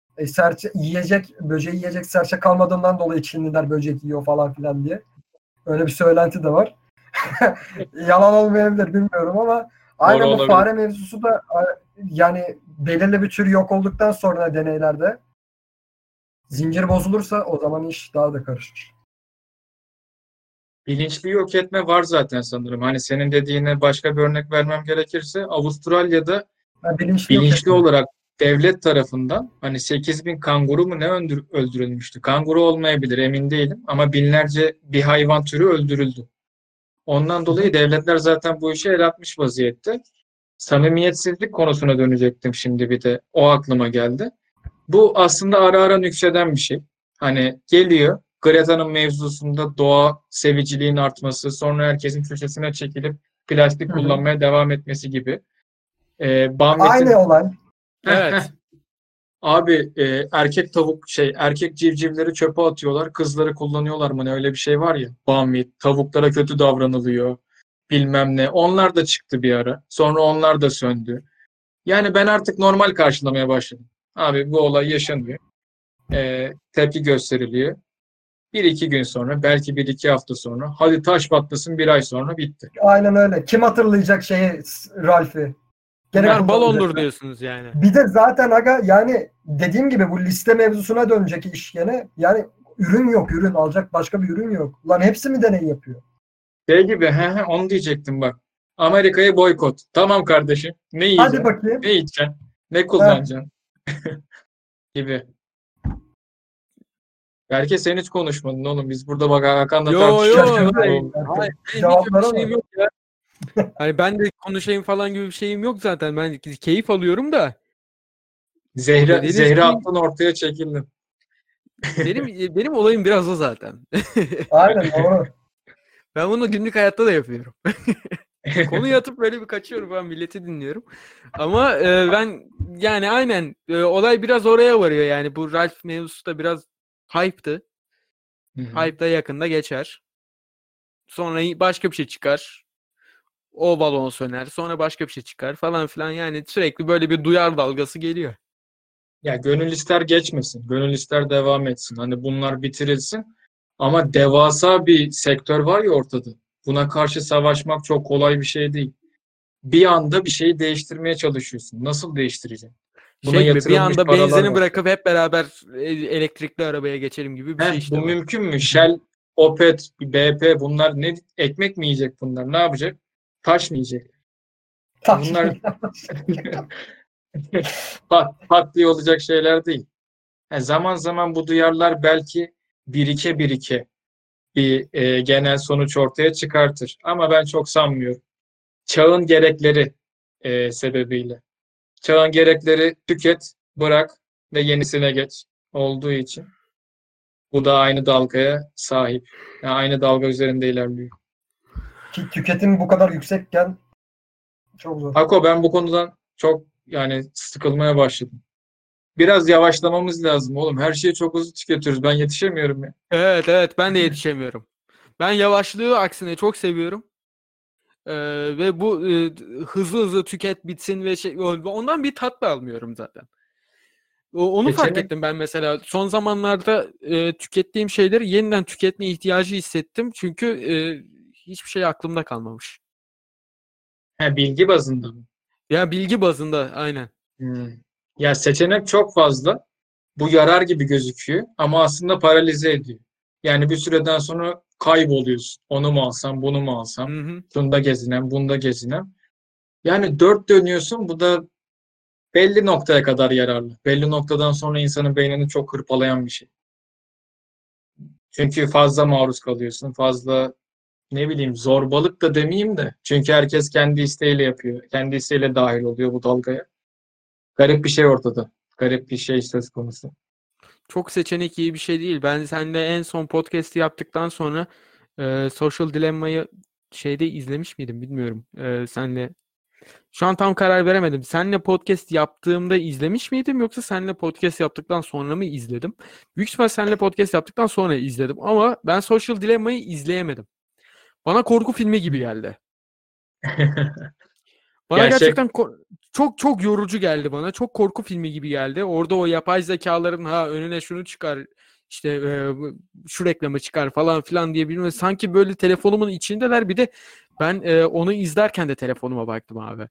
Böceği yiyecek serçe kalmadığından dolayı Çinliler böcek yiyor falan filan diye. Öyle bir söylenti de var. Yalan olmayabilir, bilmiyorum, ama Doğru aynen bu olabilir. fare mevzusu da, yani belirli bir tür yok olduktan sonra deneylerde zincir bozulursa o zaman iş daha da karışır. Bilinçli yok etme var zaten sanırım. Hani senin dediğine başka bir örnek vermem gerekirse Avustralya'da Bilinçli yok bilinçli etme. olarak devlet tarafından hani 8.000 kanguru mu ne öldürülmüştü? Kanguru olmayabilir, emin değilim, ama binlerce bir hayvan türü öldürüldü. Ondan dolayı devletler zaten bu işe el atmış vaziyette. Samimiyetsizlik konusuna dönecektim şimdi, bir de o aklıma geldi. Bu aslında ara ara nükseden bir şey. Hani geliyor Greta'nın mevzusunda doğa seviciliğin artması, sonra herkesin köşesine çekilip plastik Hı hı. kullanmaya devam etmesi gibi. Aynı olay. Evet. Abi erkek civcivleri çöpe atıyorlar, kızları kullanıyorlar mı ne, öyle bir şey var ya. Bamit, tavuklara kötü davranılıyor, bilmem ne. Onlar da çıktı bir ara. Sonra onlar da söndü. Yani ben artık normal karşılamaya başladım. Abi bu olay yaşanıyor. Tepki gösteriliyor. Bir iki gün sonra, belki bir iki hafta sonra, hadi taş patlasın bir ay sonra bitti. Aynen öyle. Kim hatırlayacak Ralph'i? Gene Bunlar balondur kullanacaklar. diyorsunuz yani. Bir de zaten aga yani dediğim gibi bu liste mevzusuna dönecek iş gene. Yani ürün yok, ürün alacak başka bir ürün yok. Lan hepsi mi deney yapıyor? Şey gibi onu diyecektim bak. Amerika'yı boykot. Tamam kardeşim. Ne Hadi yiyeceksin? bakayım. Ne içeceksin? Ne Heh. kullanacaksın? gibi. Belki sen hiç konuşmadın oğlum. Biz burada bak Hakan'la Yo tartışıyoruz. yo hayır, Oo. hayır. Benim hiç öyle Cevaplara şeyim mı? yok ya. Hani ben de konuşayım falan gibi bir şeyim yok zaten. Ben keyif alıyorum da. Dediğiniz Zehri gibi attın ortaya çekildin. benim olayım biraz o zaten. Aynen doğru. Ben bunu günlük hayatta da yapıyorum. Konuyu atıp böyle bir kaçıyorum falan, milleti dinliyorum. Ama ben yani aynen olay biraz oraya varıyor yani. Bu Ralph mevzusu da biraz hype'tı. Hı hı. Hype da yakında geçer. Sonra başka bir şey çıkar. O balon söner. Sonra başka bir şey çıkar falan filan. Yani sürekli böyle bir duyar dalgası geliyor. Ya gönül ister geçmesin. Gönül ister devam etsin. Hani bunlar bitirilsin. Ama devasa bir sektör var ya ortada. Buna karşı savaşmak çok kolay bir şey değil. Bir anda bir şeyi değiştirmeye çalışıyorsun. Nasıl değiştireceksin? Buna Şey gibi bir yatırılmış anda paralar benzini var. bırakıp hep beraber elektrikli arabaya geçelim gibi bir şey Bu işte bu. mümkün mü? Shell, Opet, BP bunlar ne ekmek mi yiyecek bunlar? Ne yapacak? Taş mı yiyecek? Bunlar pat diye olacak şeyler değil. Zaman zaman bu duyarlar belki birike bir genel sonuç ortaya çıkartır. Ama ben çok sanmıyorum. Çağın gerekleri sebebiyle. Çağın gerekleri tüket, bırak ve yenisine geç olduğu için. Bu da aynı dalgaya sahip. Yani aynı dalga üzerinde ilerliyor. Ki tüketim bu kadar yüksekken çok zor. Ako ben bu konudan çok yani sıkılmaya başladım. Biraz yavaşlamamız lazım oğlum. Her şeyi çok hızlı tüketiyoruz. Ben yetişemiyorum ya. Evet evet, ben de yetişemiyorum. Ben yavaşlığı aksine çok seviyorum. Ve bu hızlı hızlı tüket bitsin ve ondan bir tat da almıyorum zaten. Onu fark Seçenek ettim ben mesela. Son zamanlarda tükettiğim şeyleri yeniden tüketme ihtiyacı hissettim. Çünkü hiçbir şey aklımda kalmamış. bilgi bazında mı? Ya bilgi bazında aynen. Hmm. Ya seçenek çok fazla. Bu yarar gibi gözüküyor ama aslında paralize ediyor. Yani bir süreden sonra kayboluyorsun. Onu mu alsam, bunu mu alsam? Hı hı. Şunda gezinem, bunda gezinem. Yani dört dönüyorsun. Bu da belli noktaya kadar yararlı. Belli noktadan sonra insanın beynini çok hırpalayan bir şey. Çünkü fazla maruz kalıyorsun. Fazla ne bileyim zorbalık da demeyeyim de. Çünkü herkes kendi isteğiyle yapıyor. Kendi isteğiyle dahil oluyor bu dalgaya. Garip bir şey ortada. Garip bir şey söz konusu. Çok seçenek iyi bir şey değil. Ben seninle en son podcast'i yaptıktan sonra Social Dilemma'yı şeyde izlemiş miydim bilmiyorum. Senle şu an tam karar veremedim. Seninle podcast yaptığımda izlemiş miydim yoksa seninle podcast yaptıktan sonra mı izledim? Büyük ihtimal seninle podcast yaptıktan sonra izledim ama ben Social Dilemma'yı izleyemedim. Bana korku filmi gibi geldi. Bana Gerçek. gerçekten çok çok yorucu geldi bana. Çok korku filmi gibi geldi. Orada o yapay zekaların önüne şunu çıkar, işte şu reklamı çıkar falan filan diye bilmiyorum. Sanki böyle telefonumun içindeler. Bir de ben onu izlerken de telefonuma baktım abi.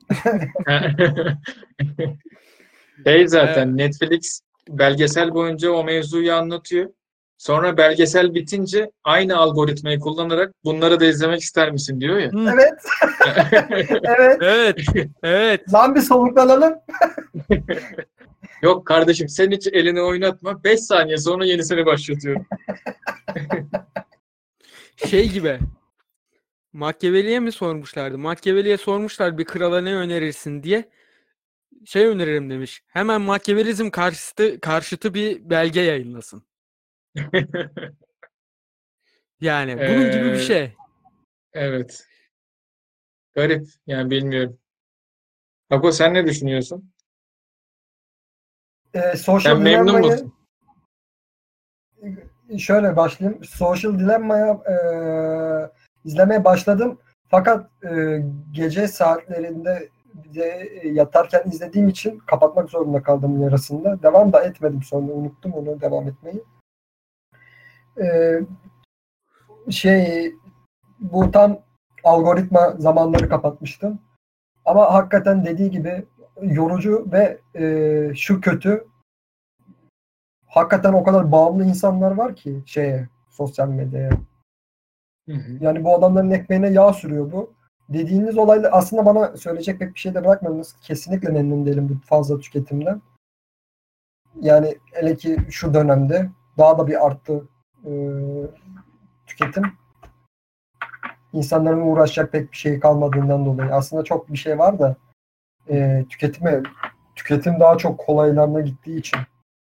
Zaten Netflix belgesel boyunca o mevzuyu anlatıyor. Sonra belgesel bitince aynı algoritmayı kullanarak bunları da izlemek ister misin diyor ya. Evet. Evet. Evet. Evet. Lan bir soluklanalım. Yok kardeşim sen hiç elini oynatma. 5 saniye sonra yenisini başlatıyorum. Şey gibi. Machiavelli'ye mi sormuşlardı? Machiavelli'ye sormuşlar bir krala ne önerirsin diye. Şey öneririm demiş. Hemen Machiavellizm karşıtı bir belge yayınlasın. Yani bunun gibi bir Ee, şey. evet. Garip. Yani bilmiyorum. Ako sen ne düşünüyorsun? Sen Social memnun Dilemma'yı musun? şöyle başlayayım. Social Dilemma'ya izlemeye başladım. Fakat gece saatlerinde bir de yatarken izlediğim için kapatmak zorunda kaldım yarısında. Devam da etmedim sonra. Unuttum onu devam etmeyi. E, bu tam algoritma zamanları kapatmıştım. Ama hakikaten dediği gibi yorucu ve şu kötü. Hakikaten o kadar bağımlı insanlar var ki sosyal medyaya. Hı hı. Yani bu adamların ekmeğine yağ sürüyor bu. Dediğiniz olayla aslında bana söyleyecek pek bir şey de bırakmadınız. Kesinlikle memnun değilim bu fazla tüketimden. Yani hele ki şu dönemde daha da bir arttı tüketim. İnsanların uğraşacak pek bir şey kalmadığından dolayı. Aslında çok bir şey var da tüketim daha çok kolaylarına gittiği için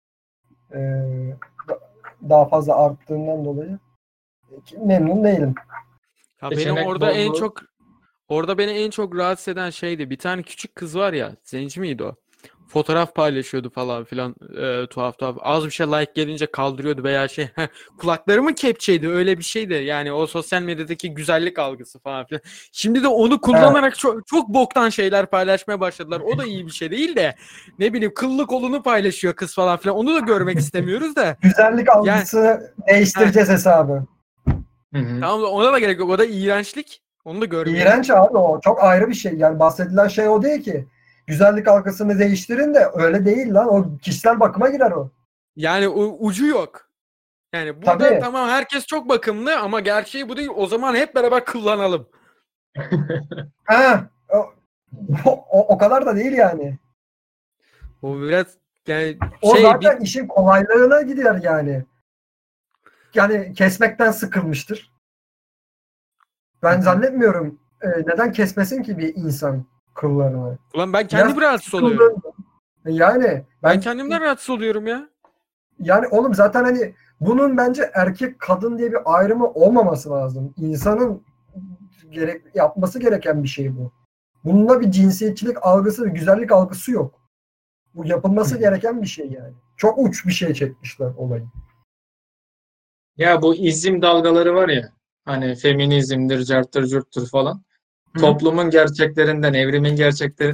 daha fazla arttığından dolayı memnun değilim. Ya beni Seçenek bolluğu. orada beni en çok rahatsız eden şeydi. Bir tane küçük kız var ya, zenci miydi o? Fotoğraf paylaşıyordu falan filan, tuhaf tuhaf. Az bir şey like gelince kaldırıyordu veya kulakları mı kepçeydi, öyle bir şeydi. Yani o sosyal medyadaki güzellik algısı falan filan. Şimdi de onu kullanarak çok, çok boktan şeyler paylaşmaya başladılar. O da iyi bir şey değil de, ne bileyim, kıllı kolunu paylaşıyor kız falan filan. Onu da görmek istemiyoruz da. Güzellik Yani algısını değiştireceğiz hesabı. Hı hı. tamam, ona da gerek yok. O da iğrençlik. Onu da görmeyelim. İğrenç abi, o çok ayrı bir şey. Yani bahsedilen şey o değil ki. Güzellik algısını değiştirin de öyle değil lan. O kişisel bakıma girer o. Yani ucu yok. Yani burada Tabii. tamam, herkes çok bakımlı ama gerçeği bu değil. O zaman hep beraber kullanalım. Ha, o kadar da değil yani. O biraz yani O zaten işin kolaylığına gider yani. Yani kesmekten sıkılmıştır. Ben zannetmiyorum. Neden kesmesin ki bir insan kıllarını? ulan ben kendim Biraz rahatsız oluyorum. Yani Ben kendimden rahatsız oluyorum ya. yani oğlum zaten hani bunun bence erkek kadın diye bir ayrımı olmaması lazım. İnsanın yapması gereken bir şey bu. Bununla bir cinsiyetçilik algısı ve güzellik algısı yok. Bu yapılması gereken bir şey yani. Çok uç bir şey çekmişler olayı. Ya bu izim dalgaları var ya, hani feminizmdir, carttır, curttur falan. Hı? Toplumun gerçeklerinden, evrimin gerçekleri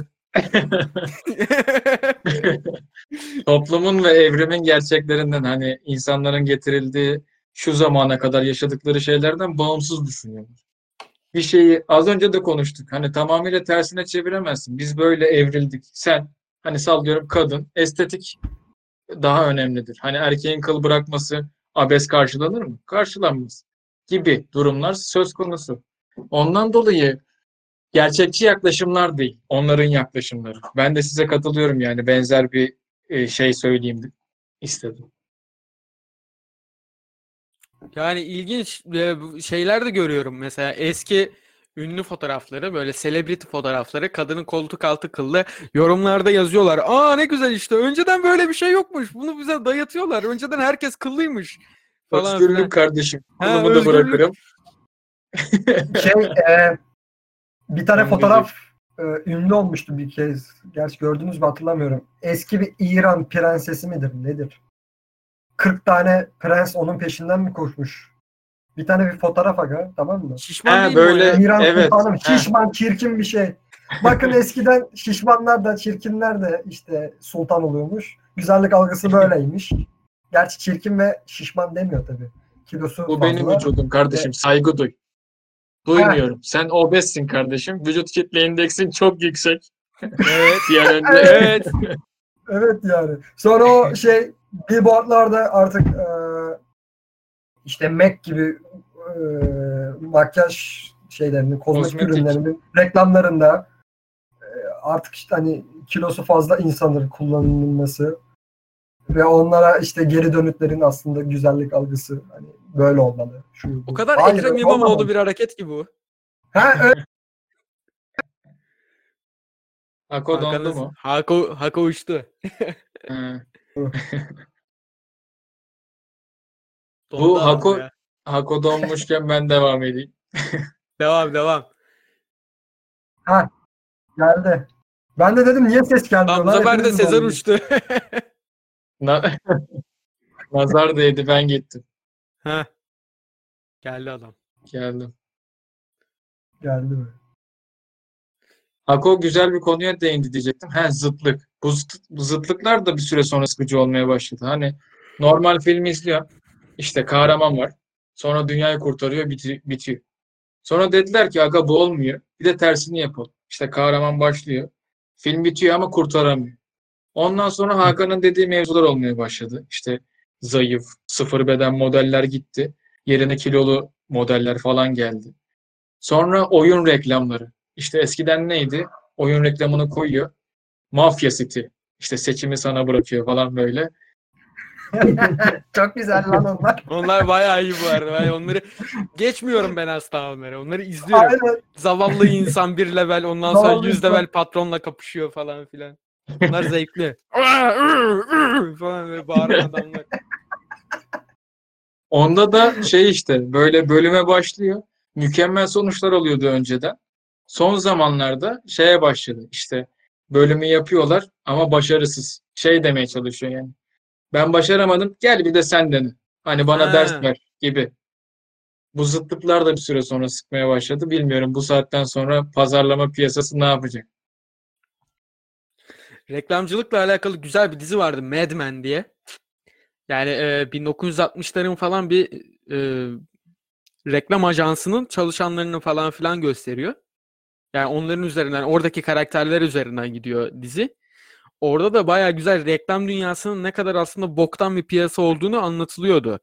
toplumun ve evrimin gerçeklerinden, hani insanların getirildiği şu zamana kadar yaşadıkları şeylerden bağımsız düşünüyorlar. Bir şeyi az önce de konuştuk. Hani tamamıyla tersine çeviremezsin. Biz böyle evrildik. Sen hani sallıyorum, kadın estetik daha önemlidir. Hani erkeğin kıl bırakması abes karşılanır mı? Karşılanmaz gibi durumlar söz konusu. Ondan dolayı gerçekçi yaklaşımlar değil, onların yaklaşımları. Ben de size katılıyorum, yani benzer bir şey söyleyeyim istedim. Yani ilginç şeyler de görüyorum. Mesela eski ünlü fotoğrafları, böyle celebrity fotoğrafları, kadının koltuk altı kıllı, yorumlarda yazıyorlar. Aa, ne güzel işte. Önceden böyle bir şey yokmuş. Bunu bize dayatıyorlar. Önceden herkes kıllıymış falan Özgürlük filan. kardeşim, Ha, kulumu da özgürlük. bırakırım. Şey bir tane Döngücük. fotoğraf ünlü olmuştu bir kez. Gerçi gördünüz mü hatırlamıyorum. Eski bir İran prensesi midir nedir? 40 tane prens onun peşinden mi koşmuş? Bir tane bir fotoğraf aga, tamam mı? Şişman Ha değil mi o böyle, ya? İran evet. sultanı mı? Ha. Şişman, çirkin bir şey. Bakın eskiden şişmanlar da çirkinler de işte sultan oluyormuş. Güzellik algısı böyleymiş. Gerçi çirkin ve şişman demiyor tabii. Kilosu Bu benim fazla. vücudum kardeşim, saygı duy. Heh, Duymuyorum. Sen obezsin kardeşim. Vücut kitle indeksin çok yüksek. Evet. Bir an önce. evet, Evet. evet yani. Sonra o billboardlarda artık işte MAC gibi makyaj şeylerinin, kozmetik Kozmetik. ürünlerinin reklamlarında artık işte hani kilosu fazla insanların kullanılması ve onlara işte geri dönütlerin aslında güzellik algısı hani böyle olmalı. Şu, O bu. kadar Hayır, Ekrem öyle İmamoğlu olmamalı. bir hareket ki bu. Ha, öyle. Ako dondu Hakan'ız mu? Hako uçtu. Ha. Dondu Bu adam Hako, ya. Hako donmuşken ben devam edeyim. Devam devam. Ha, geldi. Ben de dedim niye ses Tam gelmiyor bu lan? sefer de Hepiniz mi Sezer dondunuz? uçtu. Na- Nazar değdi, ben gittim. Heh, geldi adam. Geldim. Geldi mi? Hako güzel bir konuya değindi diyecektim. Zıtlık. Bu zıtlıklar da bir süre sonra sıkıcı olmaya başladı. Hani normal filmi izliyor. İşte kahraman var. Sonra dünyayı kurtarıyor, bitiyor. Sonra dediler ki aga bu olmuyor. Bir de tersini yapalım. İşte kahraman başlıyor. Film bitiyor ama kurtaramıyor. Ondan sonra Hakan'ın dediği mevzular olmaya başladı. İşte zayıf, sıfır beden modeller gitti. Yerine kilolu modeller falan geldi. Sonra oyun reklamları. İşte eskiden neydi? Oyun reklamını koyuyor. Mafya City. İşte seçimi sana bırakıyor falan böyle. Çok güzel lan onlar. Onlar bayağı iyi bu arada. Ben onları geçmiyorum ben asla onları. Onları izliyorum. Aynen. Zavallı insan bir level, ondan sonra Zavallı 100 insan. level patronla kapışıyor falan filan. Bunlar zevkli. Falan böyle bağıran adamlar. Onda da şey işte böyle bölüme başlıyor. Mükemmel sonuçlar alıyordu önceden. Son zamanlarda şeye başladı. İşte bölümü yapıyorlar ama başarısız. Şey demeye çalışıyor yani. Ben başaramadım. Gel bir de sen dene. Hani bana ders Ha. ver gibi. Bu zıtlıklar da bir süre sonra sıkmaya başladı. Bilmiyorum bu saatten sonra pazarlama piyasası ne yapacak? Reklamcılıkla alakalı güzel bir dizi vardı, Mad Men diye. Yani 1960'ların falan bir reklam ajansının çalışanlarını falan filan gösteriyor. Yani onların üzerinden, oradaki karakterler üzerinden gidiyor dizi. Orada da bayağı güzel reklam dünyasının ne kadar aslında boktan bir piyasa olduğunu anlatılıyordu.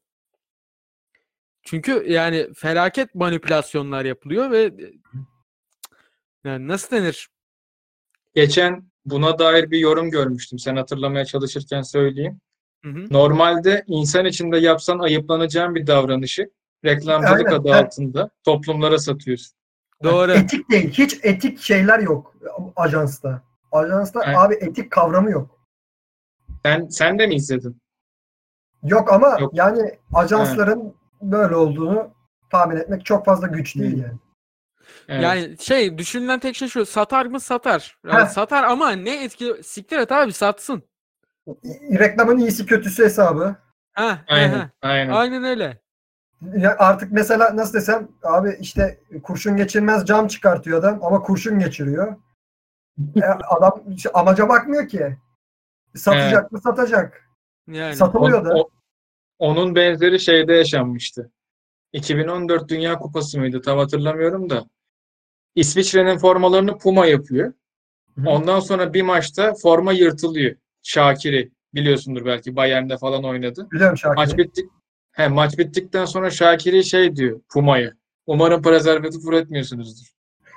Çünkü yani felaket manipülasyonlar yapılıyor ve yani nasıl denir? Geçen buna dair bir yorum görmüştüm. Sen hatırlamaya çalışırken söyleyeyim. Hı hı. Normalde insan içinde yapsan ayıplanacağın bir davranışı reklamcılık Aynen. adı altında toplumlara satıyorsun. Doğru. Etik değil. Hiç etik şeyler yok ajansta. Ajansta Yani abi etik kavramı yok. sen de mi izledin? Yok ama Yok. yani Ha, ajansların böyle olduğunu tahmin etmek çok fazla güç değil yani. evet. Yani düşünülen tek şey şu: satar mı? Satar. Yani Heh, satar ama ne etki, siktir et abi, satsın. reklamın iyisi kötüsü hesabı. Aynen. Aynen. Aynen öyle. Ya artık mesela nasıl desem abi işte kurşun geçirmez cam çıkartıyor adam ama kurşun geçiriyor. Adam amaca bakmıyor ki. Evet. Satacak mı satacak. Yani. Satılıyor da. Onun benzeri şeyde yaşanmıştı. 2014 Dünya Kupası mıydı? Tam hatırlamıyorum da. İsviçre'nin formalarını Puma yapıyor. Hı. Ondan sonra bir maçta forma yırtılıyor. Şakir'i biliyorsundur belki Bayern'de falan oynadı. Biliyorum Maç Şakir'i. bittik. Maç bittikten sonra Şakir'i şey diyor Puma'ya. Umarım prezervatif üretmiyorsunuzdur.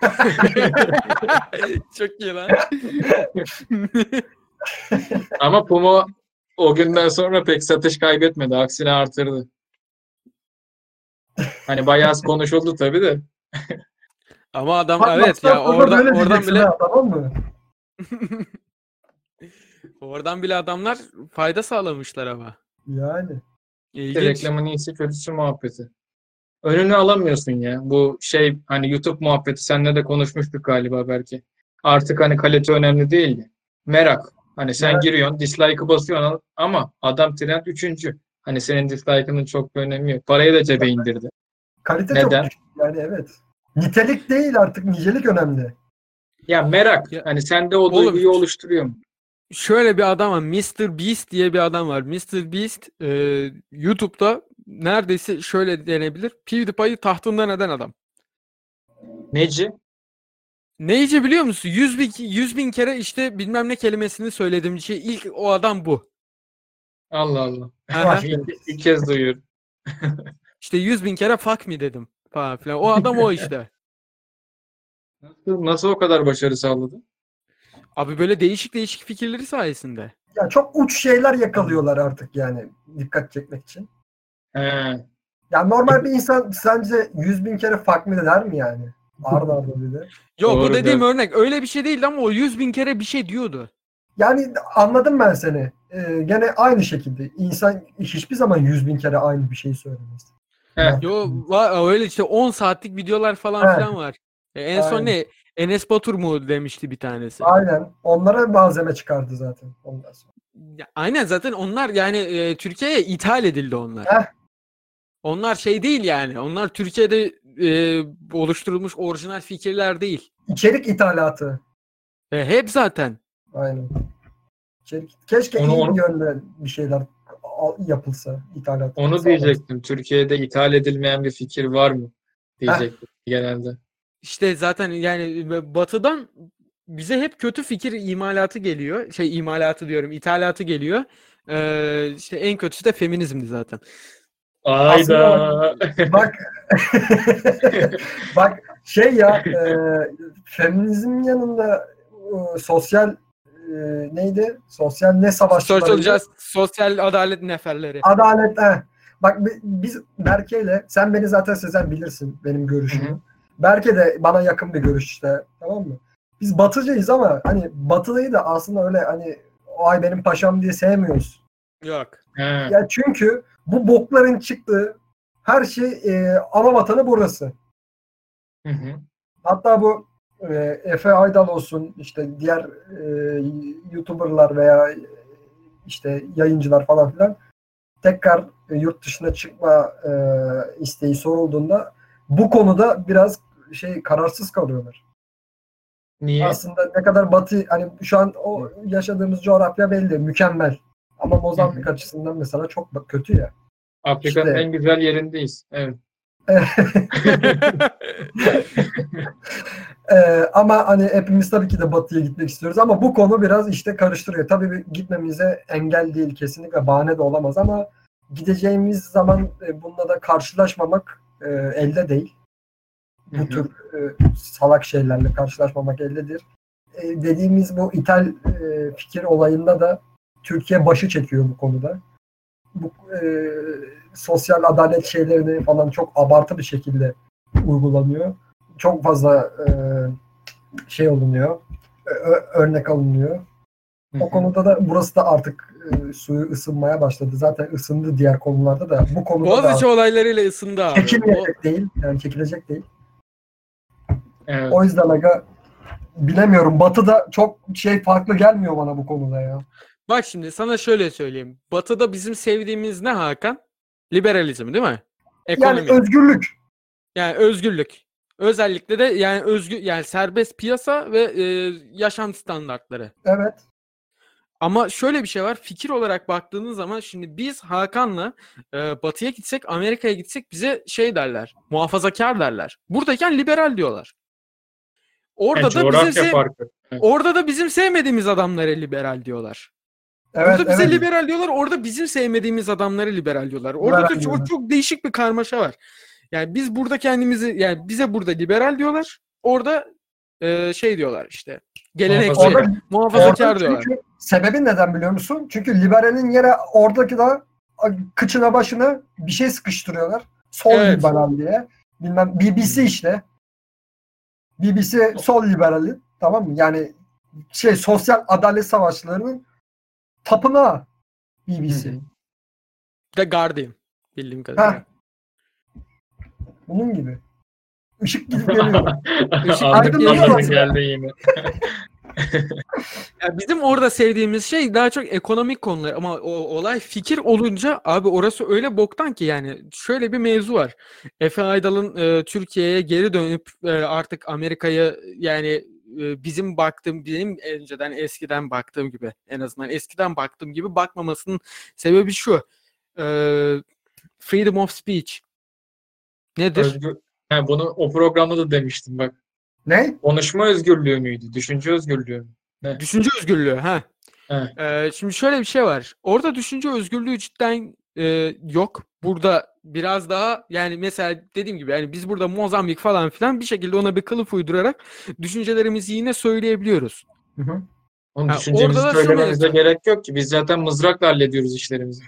Çok iyi lan. Ama Puma o günden sonra pek satış kaybetmedi. Aksine artırdı. Hani bayağı konuşuldu tabii de. Ama adam Bak evet laftan ya, sonra böyle oradan diyeceksin bile ha, tamam mı? oradan bile adamlar fayda sağlamışlar ama. Yani. İşte İlginç. reklamın iyisi kötüsü muhabbeti. Önünü alamıyorsun ya. Bu şey hani YouTube muhabbeti seninle de konuşmuştuk galiba belki. Artık hani kalite önemli değil. Merak. Hani sen Merak. giriyorsun, dislike'ı basıyorsun ama adam trend üçüncü. Hani senin dislike'ının çok bir önemi yok. Parayı da cebe indirdi. Kalite çok Neden? düşük. Yani evet. Nitelik değil artık nicelik önemli. Ya merak. Ya, Hani sende o oğlum duyguyu oluşturuyor mu? şöyle bir adam var. Mr. Beast diye bir adam var. Mr. Beast YouTube'da neredeyse şöyle denebilir: PewDiePie'yi tahtından eden adam. Neci? Neyce biliyor musun? 100 bin kere işte bilmem ne kelimesini söylediğim şey, ilk o adam bu. Allah Allah. Aha. Vay. İlk kez duyuyorum. İşte 100 bin kere fuck me dedim falan filan. O adam o işte. Nasıl o kadar başarı sağladı? Abi böyle değişik değişik fikirleri sayesinde. Ya çok uç şeyler yakalıyorlar artık yani dikkat çekmek için. He. Yani normal bir insan sence 100.000 kere farklı der mi yani? Arda arda bir de. Yok, bu Doğru dediğim der. örnek öyle bir şey değildi ama o 100 bin kere bir şey diyordu. Yani anladım ben seni. Gene aynı şekilde. İnsan hiçbir zaman 100.000 kere aynı bir şey söylemez. He. Yo, öyle işte 10 saatlik videolar falan He, filan var. En son aynen. ne? Enes Batur mu demişti bir tanesi. Aynen. Onlara malzeme çıkardı zaten ondan sonra. Ya, aynen, zaten onlar yani Türkiye'ye ithal edildi onlar. Heh. Onlar şey değil yani. Onlar Türkiye'de oluşturulmuş orijinal fikirler değil. İçerik ithalatı. Hep zaten. Aynen. Keşke Onu, iyi bir onu, yönde bir şeyler yapılsa, ithalat onu sağlansın. diyecektim. Türkiye'de ithal edilmeyen bir fikir var mı? Heh, Diyecektim genelde. İşte zaten yani Batı'dan bize hep kötü fikir imalatı geliyor. İmalatı diyorum, ithalatı geliyor. İşte en kötüsü de feminizmdi zaten. Ayda. Bak bak feminizmin yanında sosyal neydi? Sosyal ne savaşçıları? Sosyal adalet neferleri. Adalet. Bak biz Berke'yle, sen beni zaten Sezen bilirsin benim görüşümü. Hı-hı. Berke de bana yakın bir görüş işte, tamam mı? Biz batıcıyız ama hani batılıyı da aslında öyle hani ay benim paşam diye sevmiyoruz. Yok. Ya çünkü bu bokların çıktığı her şey ana vatanı burası. Hı-hı. Hatta bu Efe Aydal olsun, işte diğer YouTuber'lar veya işte yayıncılar falan filan tekrar yurt dışına çıkma isteği sorulduğunda bu konuda biraz kararsız kalıyorlar. Niye? Aslında ne kadar batı, hani şu an o yaşadığımız coğrafya belli, mükemmel. Ama Mozambik açısından mesela çok kötü ya. Afrika'nın en güzel yerindeyiz. Evet. Ama hani hepimiz tabii ki de batıya gitmek istiyoruz ama bu konu biraz işte karıştırıyor. Tabii gitmemize engel değil, kesinlikle bahane de olamaz ama gideceğimiz zaman bununla da karşılaşmamak elde değil. Bu tür salak şeylerle karşılaşmamak eldedir. Dediğimiz bu ithal fikir olayında da Türkiye başı çekiyor bu konuda. Bu sosyal adalet şeylerini falan çok abartı bir şekilde uygulanıyor. Çok fazla olunuyor. Örnek alınıyor. O konuda da burası da artık suyu ısınmaya başladı. Zaten ısındı diğer konularda da. Bu konuda Boğaziçi da olaylarıyla ısındı abi. çekilmeyecek değil. Yani çekilecek değil. Evet. O yüzden bilemiyorum. Batı'da çok farklı gelmiyor bana bu konuda ya. Bak şimdi sana şöyle söyleyeyim. Batı'da bizim sevdiğimiz ne Hakan? Liberalizm değil mi? Ekonomi. Yani özgürlük. Yani özgürlük. Özellikle de yani serbest piyasa ve yaşam standartları. Evet. Ama şöyle bir şey var. Fikir olarak baktığınız zaman şimdi biz Hakan'la Batı'ya gitsek, Amerika'ya gitsek bize derler. Muhafazakar derler. Buradayken liberal diyorlar. Orada da bizim sevmediğimiz adamlara liberal diyorlar. Evet, Burada bize liberal diyorlar, orada bizim sevmediğimiz adamlara liberal diyorlar. Orada da çok değişik bir karmaşa var. Yani biz burada bize burada liberal diyorlar. Orada diyorlar işte. Gelenekçi, muhafazakar diyorlar. Çünkü sebebi neden biliyor musun? Çünkü liberalin yere oradaki da kıçına başına bir şey sıkıştırıyorlar. Sol liberal diye. Bilmem BBC işte. BBC sol liberali, tamam mı? Yani sosyal adalet savaşlarının tapınağı BBC. The Guardian bildiğim kadarıyla. Bunun gibi. Işık gidip geliyor. Aydınlanmadın geldi yine. Ya bizim orada sevdiğimiz daha çok ekonomik konular ama olay fikir olunca abi orası öyle boktan ki yani şöyle bir mevzu var. Efe Aydal'ın Türkiye'ye geri dönüp artık Amerika'ya yani benim eskiden baktığım gibi en azından eskiden baktığım gibi bakmamasının sebebi şu. Freedom of speech. Nedir? Bunu o programda da demiştim bak. Ne? Konuşma özgürlüğü müydü? Düşünce özgürlüğü mü? Ne? Düşünce özgürlüğü. Şimdi şöyle bir şey var. Orada düşünce özgürlüğü cidden yok. Burada biraz daha yani mesela dediğim gibi yani biz burada Mozambik falan filan bir şekilde ona bir kılıf uydurarak düşüncelerimizi yine söyleyebiliyoruz. Hı. Onun düşüncemizi söylememize gerek yok ki. Biz zaten mızrakla hallediyoruz işlerimizi.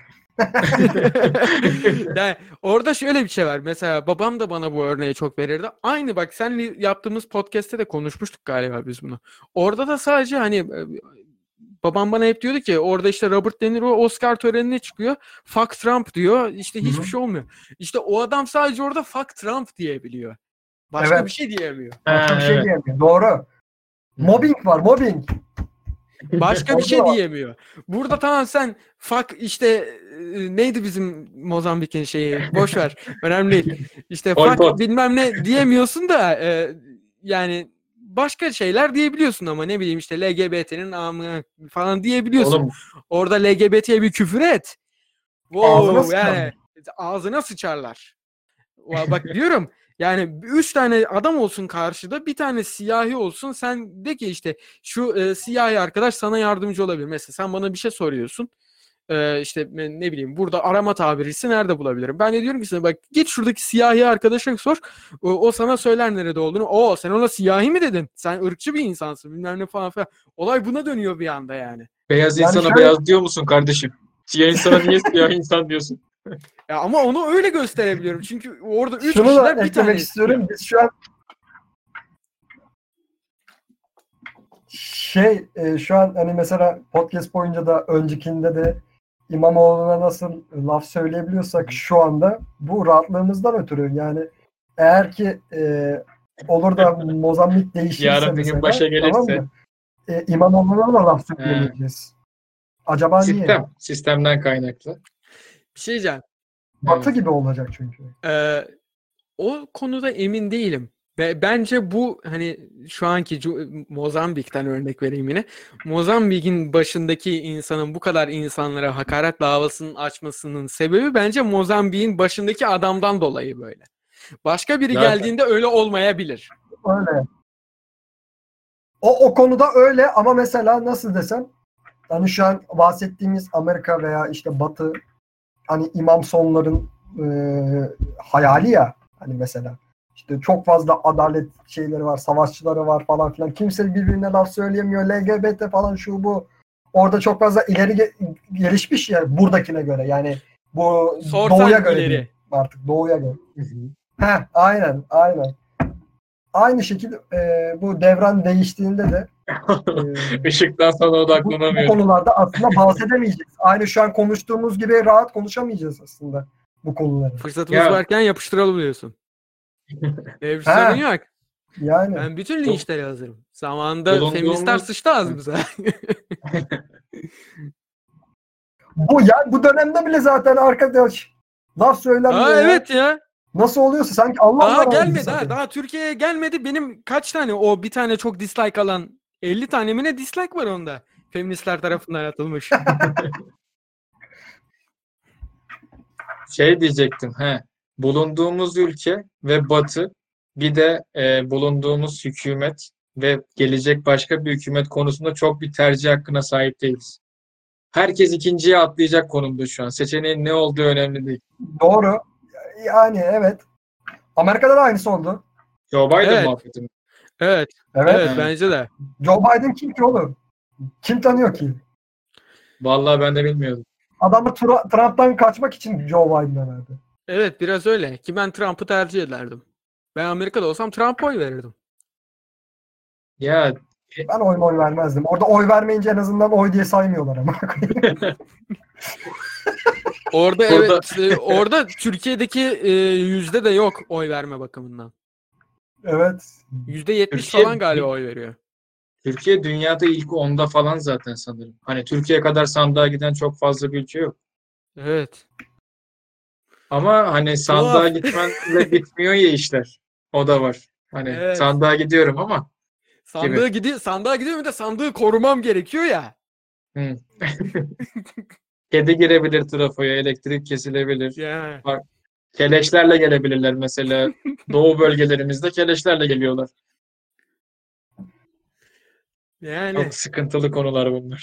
Yani orada şöyle bir şey var. Mesela babam da bana bu örneği çok verirdi. Aynı bak seninle yaptığımız podcast'te de konuşmuştuk galiba biz bunu. Orada da sadece hani babam bana hep diyordu ki orada işte Robert De Niro Oscar törenine çıkıyor. Fuck Trump diyor. İşte hiçbir şey olmuyor. İşte o adam sadece orada fuck Trump diyebiliyor. Başka bir şey diyemiyor. Başka bir şey diyemiyor. Doğru. Mobbing var, mobbing. Başka bir şey diyemiyor. Burada tamam sen fuck işte neydi bizim Mozambik'in şeyi boş ver. Önemli değil. İşte fuck bilmem ne diyemiyorsun da yani başka şeyler diyebiliyorsun ama ne bileyim işte LGBT'nin amına falan diyebiliyorsun. Oğlum. Orada LGBT'ye bir küfür et. Wow, yani ağzına sıçarlar. Bak diyorum Yani 3 tane adam olsun karşıda, bir tane siyahi olsun. Sen de ki işte şu siyahi arkadaş sana yardımcı olabilir. Mesela sen bana bir şey soruyorsun. İşte ne bileyim, burada arama tabirisi nerede bulabilirim? Ben de diyorum ki sana, bak git şuradaki siyahi arkadaşa sor. O sana söyler nerede olduğunu. O sen ona siyahi mi dedin? Sen ırkçı bir insansın bilmem ne falan filan. Olay buna dönüyor bir anda yani. Beyaz Yani insana şöyle- beyaz diyor musun kardeşim? Siyah insana niye siyah insan diyorsun? Ya ama onu öyle gösterebiliyorum. Çünkü orada 3 Şunu da kişiler, bir eklemek tane istiyorum. Biz şu an şu an hani mesela podcast boyunca da öncekinde de İmamoğlu'na nasıl laf söyleyebiliyorsak şu anda bu rahatlığımızdan ötürü. Yani eğer ki olur da Mozambik değişirse Yarın bir gün mesela, başa tamam gelirse. mı? İmamoğlu'na da laf söyleyemeyeceğiz. Acaba niye? Sistemden kaynaklı. bir şey diyeceğim. Batı Evet. gibi olacak çünkü. O konuda emin değilim. Bence bu hani şu anki Mozambik'ten örnek vereyim yine. Mozambik'in başındaki insanın bu kadar insanlara hakaret davasının açmasının sebebi bence Mozambik'in başındaki adamdan dolayı böyle. Başka biri Zaten. geldiğinde öyle olmayabilir. Öyle. O konuda öyle ama mesela nasıl desem, hani şu an bahsettiğimiz Amerika veya işte Batı, hani imam sonların hayali ya, hani mesela işte çok fazla adalet şeyleri var, savaşçıları var falan filan. Kimse birbirine laf söyleyemiyor. LGBT falan şu bu. Orada çok fazla ileri gelişmiş ya buradakine göre. Yani bu Sorsan doğuya göre ileri. değil artık, doğuya göre. Aynen. Aynı şekilde bu devran değiştiğinde de Işıktan sonra bu odaklanamıyorum. konularda aslında bahsedemeyeceğiz. Aynı şu an konuştuğumuz gibi rahat konuşamayacağız aslında bu konuları. Fırsatımız Ya. varken yapıştıralım diyorsun. Bir Ha. sorun yok. Yani Ben bütün linçlere hazırım. Zamanında feministler Bulunduğumuz- sıçtı ağzımıza. bu dönemde bile zaten arkadaş laf söylenmiyor Aa, ya. evet ya. Nasıl oluyorsa sanki Allah Daha Allah gelmedi ha. Daha Türkiye'ye gelmedi. Benim kaç tane o bir tane çok dislike alan 50 tane mi ne dislike var onda. Feministler tarafından atılmış. Şey diyecektim. Bulunduğumuz ülke ve Batı, bir de bulunduğumuz hükümet ve gelecek başka bir hükümet konusunda çok bir tercih hakkına sahip değiliz. Herkes ikinciye atlayacak konumda şu an. Seçeneğin ne olduğu önemli değil. Doğru. Yani evet. Amerika'da da aynısı oldu. Joe Biden Evet. muhabbeti mi? Evet. Evet. Evet bence de. Joe Biden kim ki oğlum? Kim tanıyor ki? Vallahi ben de bilmiyordum. Adamı Trump'tan kaçmak için Joe Biden'a verdi. Evet biraz öyle. Ki ben Trump'ı tercih ederdim. Ben Amerika'da olsam Trump'a oy verirdim. Ya Ben oy vermezdim. Orada oy vermeyince en azından oy diye saymıyorlar ama. Orada Burada- evet. Orada Türkiye'deki yüzde de yok oy verme bakımından. Evet. %70 Türkiye- falan galiba oy veriyor. Türkiye dünyada ilk 10'da falan zaten sanırım. Hani Türkiye kadar sandığa giden çok fazla bir ülke yok. Evet. Ama hani sandığa Tuhaf. gitmenle bitmiyor ya işler. O da var. Hani Evet. sandığa gidiyorum ama Sandığa gidiyorum da sandığı korumam gerekiyor ya. kedi girebilir trafoya, elektrik kesilebilir. Ya. Keleşlerle gelebilirler mesela. Doğu bölgelerimizde keleşlerle geliyorlar. Yani. Çok sıkıntılı konular bunlar.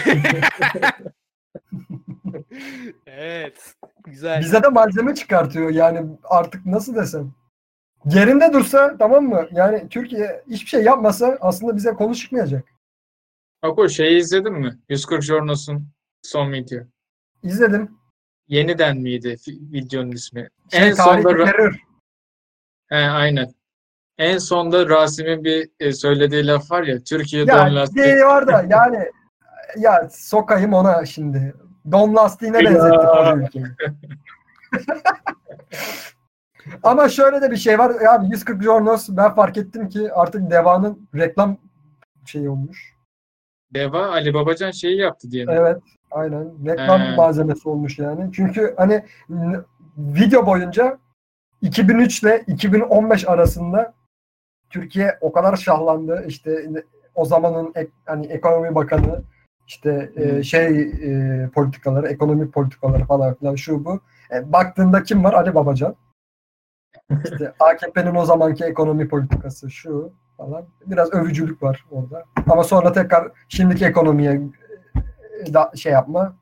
Evet. Güzel. Bize de malzeme çıkartıyor. Yani artık nasıl desem. Yerinde dursa, tamam mı? Yani Türkiye hiçbir şey yapmasa aslında bize konu çıkmayacak. Bak o şeyi izledin mi? 140 Jornos'un son video. İzledim. Yeniden miydi videonun ismi? En Tarih sonda terör. aynen. En sonda Rasim'in bir söylediği laf var ya, Türkiye Ya don lastik. var da yani ya sokayım ona şimdi. Don lastiğine benzetti koca ülkeyi. Ama şöyle de bir şey var. Ya 140 Jornos, ben fark ettim ki artık Deva'nın reklam şeyi olmuş. Deva Ali Babacan şeyi yaptı diye mi? Evet. Aynen. Reklam He. malzemesi olmuş yani. Çünkü hani video boyunca 2003 ile 2015 arasında Türkiye o kadar şahlandı. İşte o zamanın hani ekonomi bakanı, işte politikaları, ekonomik politikaları falan filan şu bu. Baktığında kim var? Ali Babacan. İşte AKP'nin o zamanki ekonomi politikası şu falan. Biraz övücülük var orada. Ama sonra tekrar şimdiki ekonomiye şey yapma,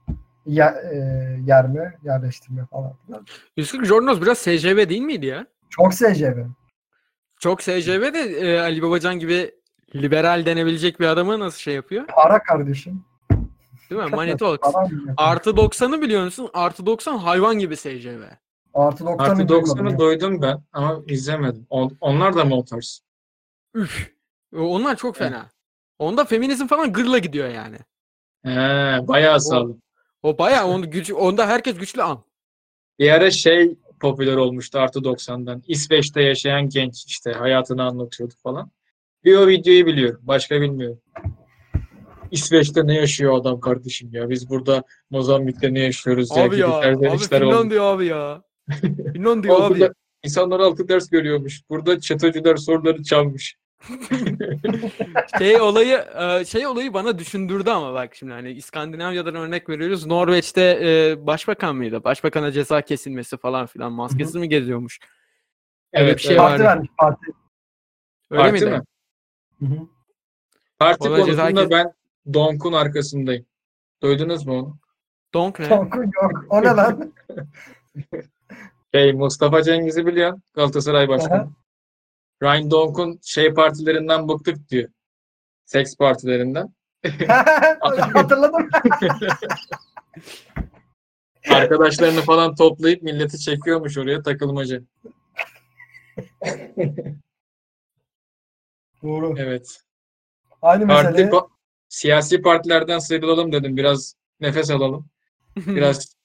yerleştirme falan filan. Üskük Jornos biraz SCV değil miydi ya? Çok SCV. Çok SCV de Ali Babacan gibi liberal denebilecek bir adamı nasıl şey yapıyor? Para kardeşim. Değil mi? Manitox. Para mı? Artı 90'ı biliyor musun? Artı 90 hayvan gibi SCV. Artı 90'ı Artı duymadım 90'ı ya. duydum ben ama izlemedim. Onlar da mı o tarz? Üf. Onlar çok fena. Onda feminizm falan gırla gidiyor yani. Bayağı sağlam. O bayağı onda herkes güçlü an. Bir ara şey popüler olmuştu Artı 90'dan. İsveç'te yaşayan genç işte hayatını anlatıyordu falan. Bir o videoyu biliyorum. Başka bilmiyorum. İsveç'te ne yaşıyor adam kardeşim ya? Biz burada Mozambik'te ne yaşıyoruz ya? Abi ya. Gibisinden Abi işler oldu. Finlandiya abi ya. Finlandiya abi. Burada insanlar altı ders görüyormuş. Burada çeteciler soruları çalmış. Şey olayı bana düşündürdü ama bak şimdi hani İskandinavya'dan örnek veriyoruz. Norveç'te başbakan mıydı? Başbakana ceza kesilmesi falan filan maskesiz mi geziyormuş? Öyle Evet, bir şey evet. Parti vardı. vermiş parti. Öyle Parti miydi? mi? Hı hı. Parti Ona ceza konusunda ben Donk'un arkasındayım. Duydunuz mu onu? Donk ne? Çok yok. O ne lan? Mustafa Cengiz'i biliyorsun. Galatasaray Başkanı. Ryan Donk'un partilerinden bıktık diyor. Seks partilerinden. Hatırladım. Arkadaşlarını falan toplayıp milleti çekiyormuş oraya takılmacı. Doğru. Evet. Aynı mesele. Siyasi partilerden sıyrılalım dedim. Biraz nefes alalım. Biraz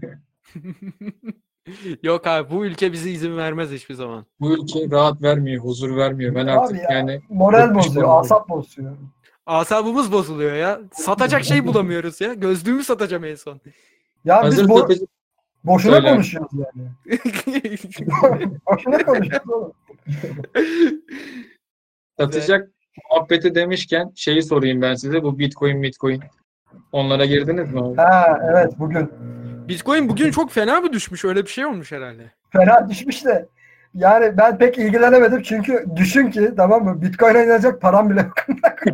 Yok abi bu ülke bize izin vermez hiçbir zaman. bu ülke rahat vermiyor, huzur vermiyor. Ben artık Abi ya, yani moral bıkmış bozuyor, durumdayım. asap bozuyor. Asabımız bozuluyor ya. Satacak şey bulamıyoruz ya. Gözlüğümü satacağım en son. Ya Hazır biz satıcı boşuna Söyle. konuşuyoruz yani. Boşuna konuşuyoruz oğlum. satacak muhabbeti demişken şeyi sorayım ben size. Bu Bitcoin. Onlara girdiniz mi abi? Ha evet bugün. Bitcoin bugün çok fena mı düşmüş? Öyle bir şey olmuş herhalde. Fena düşmüş de. Yani ben pek ilgilenemedim çünkü düşün ki tamam mı? Bitcoin'e inanacak param bile yok.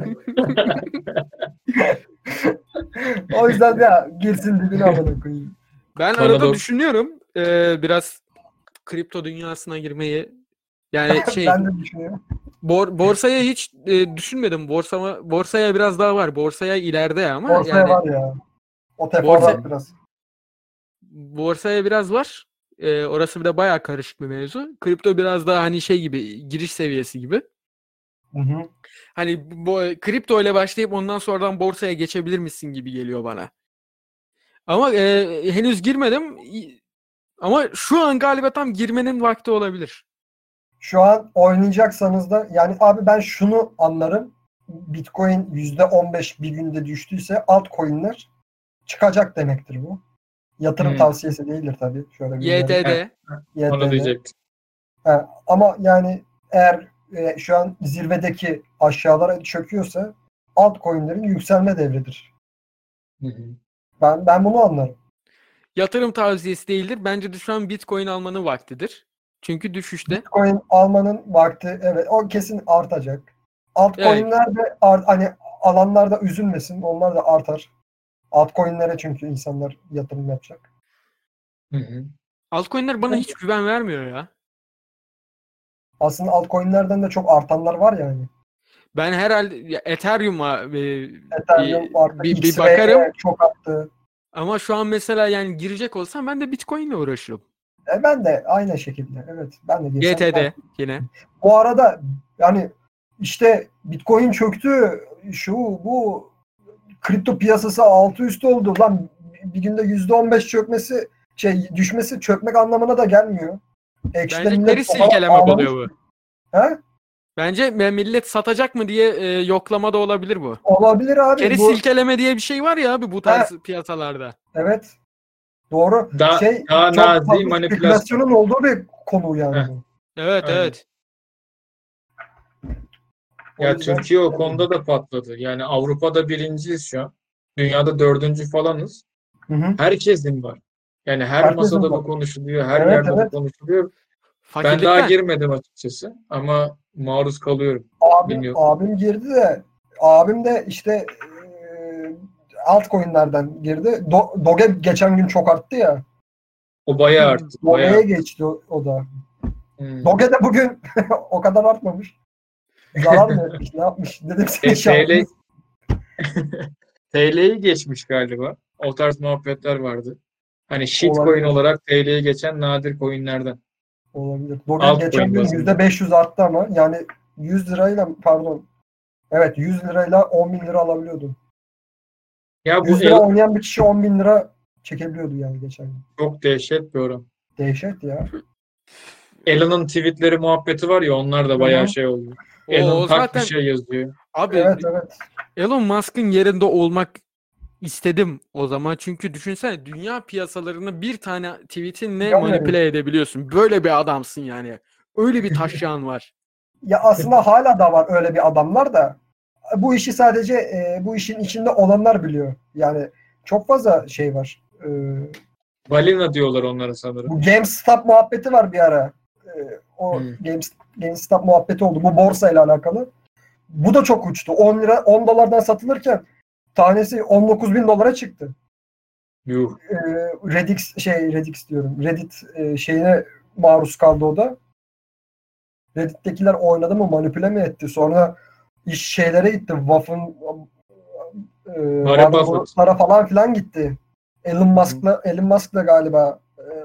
O yüzden ya girsin dibine amına koyayım. Ben Bana arada da- düşünüyorum biraz kripto dünyasına girmeyi. Yani Ben de düşünüyorum. borsaya hiç düşünmedim. Borsaya biraz daha var. Borsaya ileride ama Borsaya yani var ya. O teferruat biraz. borsaya biraz var. Orası bir de bayağı karışık bir mevzu. Kripto biraz daha hani şey gibi giriş seviyesi gibi. Hı hı. Hani kripto ile başlayıp ondan sonradan borsaya geçebilir misin gibi geliyor bana. Ama henüz girmedim. Ama şu an galiba tam girmenin vakti olabilir. Şu an oynayacaksanız da yani abi ben şunu anlarım. Bitcoin %15 bir günde düştüyse altcoin'ler çıkacak demektir bu. Yatırım tavsiyesi değildir tabii. Şöyle bir YTD. Onu YTD. diyecektim. Ama yani eğer şu an zirvedeki aşağılara çöküyorsa altcoin'lerin yükselme devridir. Hı hı. Ben bunu anlarım. Yatırım tavsiyesi değildir. Bence de şu an Bitcoin almanın vaktidir. Çünkü düşüşte. Bitcoin almanın vakti evet o kesin artacak. Altcoin'ler de hani alanlar da üzülmesin. Onlar da artar. Altcoin'lere çünkü insanlar yatırım yapacak. Hı hı. Altcoin'ler bana hiç güven vermiyor ya. Aslında altcoin'lerden de çok artanlar var yani. Ben herhalde Ethereum'a Ethereum arttı. bir XRP bakarım. çok arttı. Ama şu an mesela yani girecek olsam ben de Bitcoin'le uğraşırım. Ben de aynı şekilde. Evet. Ben de girsem. YTD yine. Bu arada yani işte Bitcoin çöktü. Bu kripto piyasası altı üstü oldu. Lan bir günde %15 çökmesi düşmesi çökmek anlamına da gelmiyor. Bence geri silkeleme oluyor bu. He? Bence millet satacak mı diye yoklamada olabilir bu. Olabilir abi. Geri silkeleme diye bir şey var ya abi bu tarz piyasalarda. Evet. Doğru. Daha çok nazi fazla manipülasyon. spekülasyonun olduğu bir konu yani bu. Evet Aynen. evet. Ya yüzden- Türkiye o konuda da patladı. Yani Avrupa'da birinciyiz şu an. Dünyada 4. falanız. Hı hı. Herkesin var. Yani her Herkesin masada var. bu konuşuluyor. Her Evet, yerde evet. bu konuşuluyor. Ben daha Fakirlikten. girmedim açıkçası ama maruz kalıyorum. Bilmiyorum. Abim girdi de abim de işte altcoin'lerden girdi. Doge geçen gün çok arttı ya. O bayağı arttı. Doge'ye Bayağı. geçti o da. Hmm. Doge de bugün o kadar artmamış. Zarar mı etmiş? Ne yapmış? Dedim senin şansın. TL'yi geçmiş galiba. O tarz muhabbetler vardı. Hani shitcoin Olabilir. olarak TL'yi geçen nadir coinlerden. Olabilir. Doge Altcoin geçen gün bazında. %500 arttı ama yani 100 lirayla pardon. Evet 100 lirayla 10 bin lira alabiliyordu. Ya bu 100 lira oynayan bir kişi 10 bin lira çekebiliyordu yani geçen gün. çok dehşet bir oran. Dehşet ya. Elon'un tweetleri muhabbeti var ya, onlar da bayağı şey oldu. Elon O hak zaten bir şey yazıyor. abi Evet evet. Elon Musk'ın yerinde olmak istedim o zaman. Çünkü düşünsene dünya piyasalarını bir tane tweetinle Milyon manipüle veriyor. edebiliyorsun. Böyle bir adamsın yani. Öyle bir taşyan var. Ya aslında hala da var öyle bir adamlar da bu işi sadece bu işin içinde olanlar biliyor. Yani çok fazla şey var. Balina diyorlar onlara sanırım. Bu GameStop muhabbeti var bir ara. O GameStop muhabbeti oldu. Bu borsa ile alakalı. Bu da çok uçtu. 10 lira 10 dolardan satılırken tanesi 19 bin dolara çıktı. Yuh. Reddit diyorum. Reddit şeyine maruz kaldı o da. Reddit'tekiler oynadı mı, manipüle mi etti? Sonra iş şeylere gitti. Warren Buffett. Buffett'lara falan filan gitti. Elon Musk'la galiba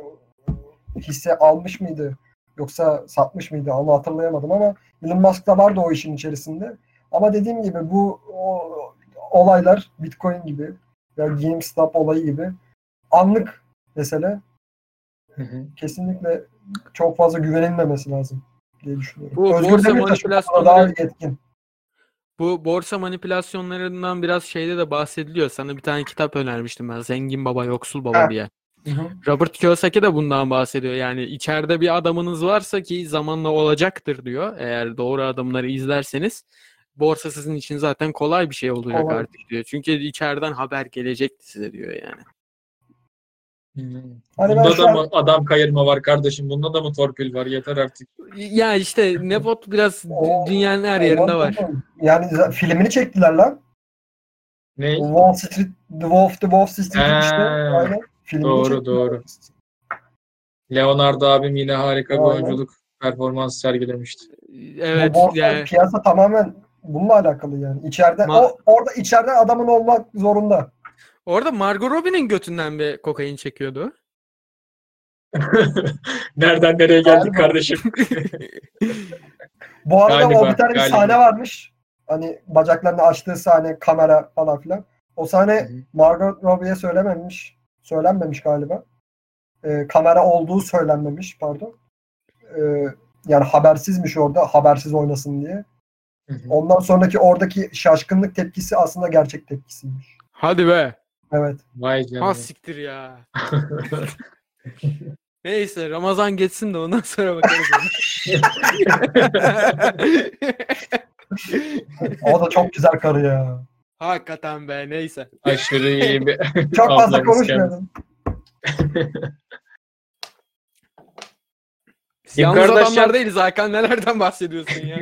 hisse almış mıydı? Yoksa satmış mıydı? Onu hatırlayamadım ama Elon Musk da vardı o işin içerisinde. Ama dediğim gibi bu olaylar Bitcoin gibi ya GameStop olayı gibi anlık mesele. Kesinlikle çok fazla güvenilmemesi lazım diye düşünüyorum. Bu Özgür borsa Demirtaş bu konuda manipülasyonları daha yetkin. Bu borsa manipülasyonlarından biraz şeyde de bahsediliyor. Sana bir tane kitap önermiştim ben. Zengin Baba, Yoksul Baba Ha. diye. Hı-hı. Robert Kiyosaki de bundan bahsediyor. Yani içeride bir adamınız varsa ki zamanla olacaktır diyor. Eğer doğru adımları izlerseniz borsa sizin için zaten kolay bir şey olacak Kolay. artık diyor. Çünkü içeriden haber gelecekti size diyor yani. Hani ben Bunda şu da an mı adam kayırma var kardeşim? Bunda da mı torpil var? Yeter artık. Ya işte Nebot biraz dünyanın her yerinde var. Yani filmini çektiler lan. Ne? Wall Street, The Wall Street'in işte aynen filmini Doğru çektiler. doğru. Leonardo abim yine harika bir Aynen. oyunculuk performansı sergilemişti. Bu Evet borsa yani piyasa tamamen bununla alakalı yani. İçeriden orada içeriden adamın olmak zorunda. orada Margot Robbie'nin götünden bir kokain çekiyordu. Nereden nereye geldik kardeşim? Bu arada o bir tane bir Galiba. sahne varmış. Hani bacaklarını açtığı sahne, kamera falan filan. O sahne Margot Robbie'ye söylenmemiş galiba. Kamera olduğu söylenmemiş, pardon. Yani habersizmiş orada, habersiz oynasın diye. Ondan sonraki oradaki şaşkınlık tepkisi aslında gerçek tepkisiymiş. Hadi be. Evet. Vay canına. Ha siktir ya. Neyse Ramazan geçsin de ondan sonra bakarız. O da çok güzel karı ya. Hakikaten be neyse. Aşırı iyi bir Çok fazla ablamız konuşmayalım. Yalnız Kardashian- adamlar değiliz Hakan, nelerden bahsediyorsun ya?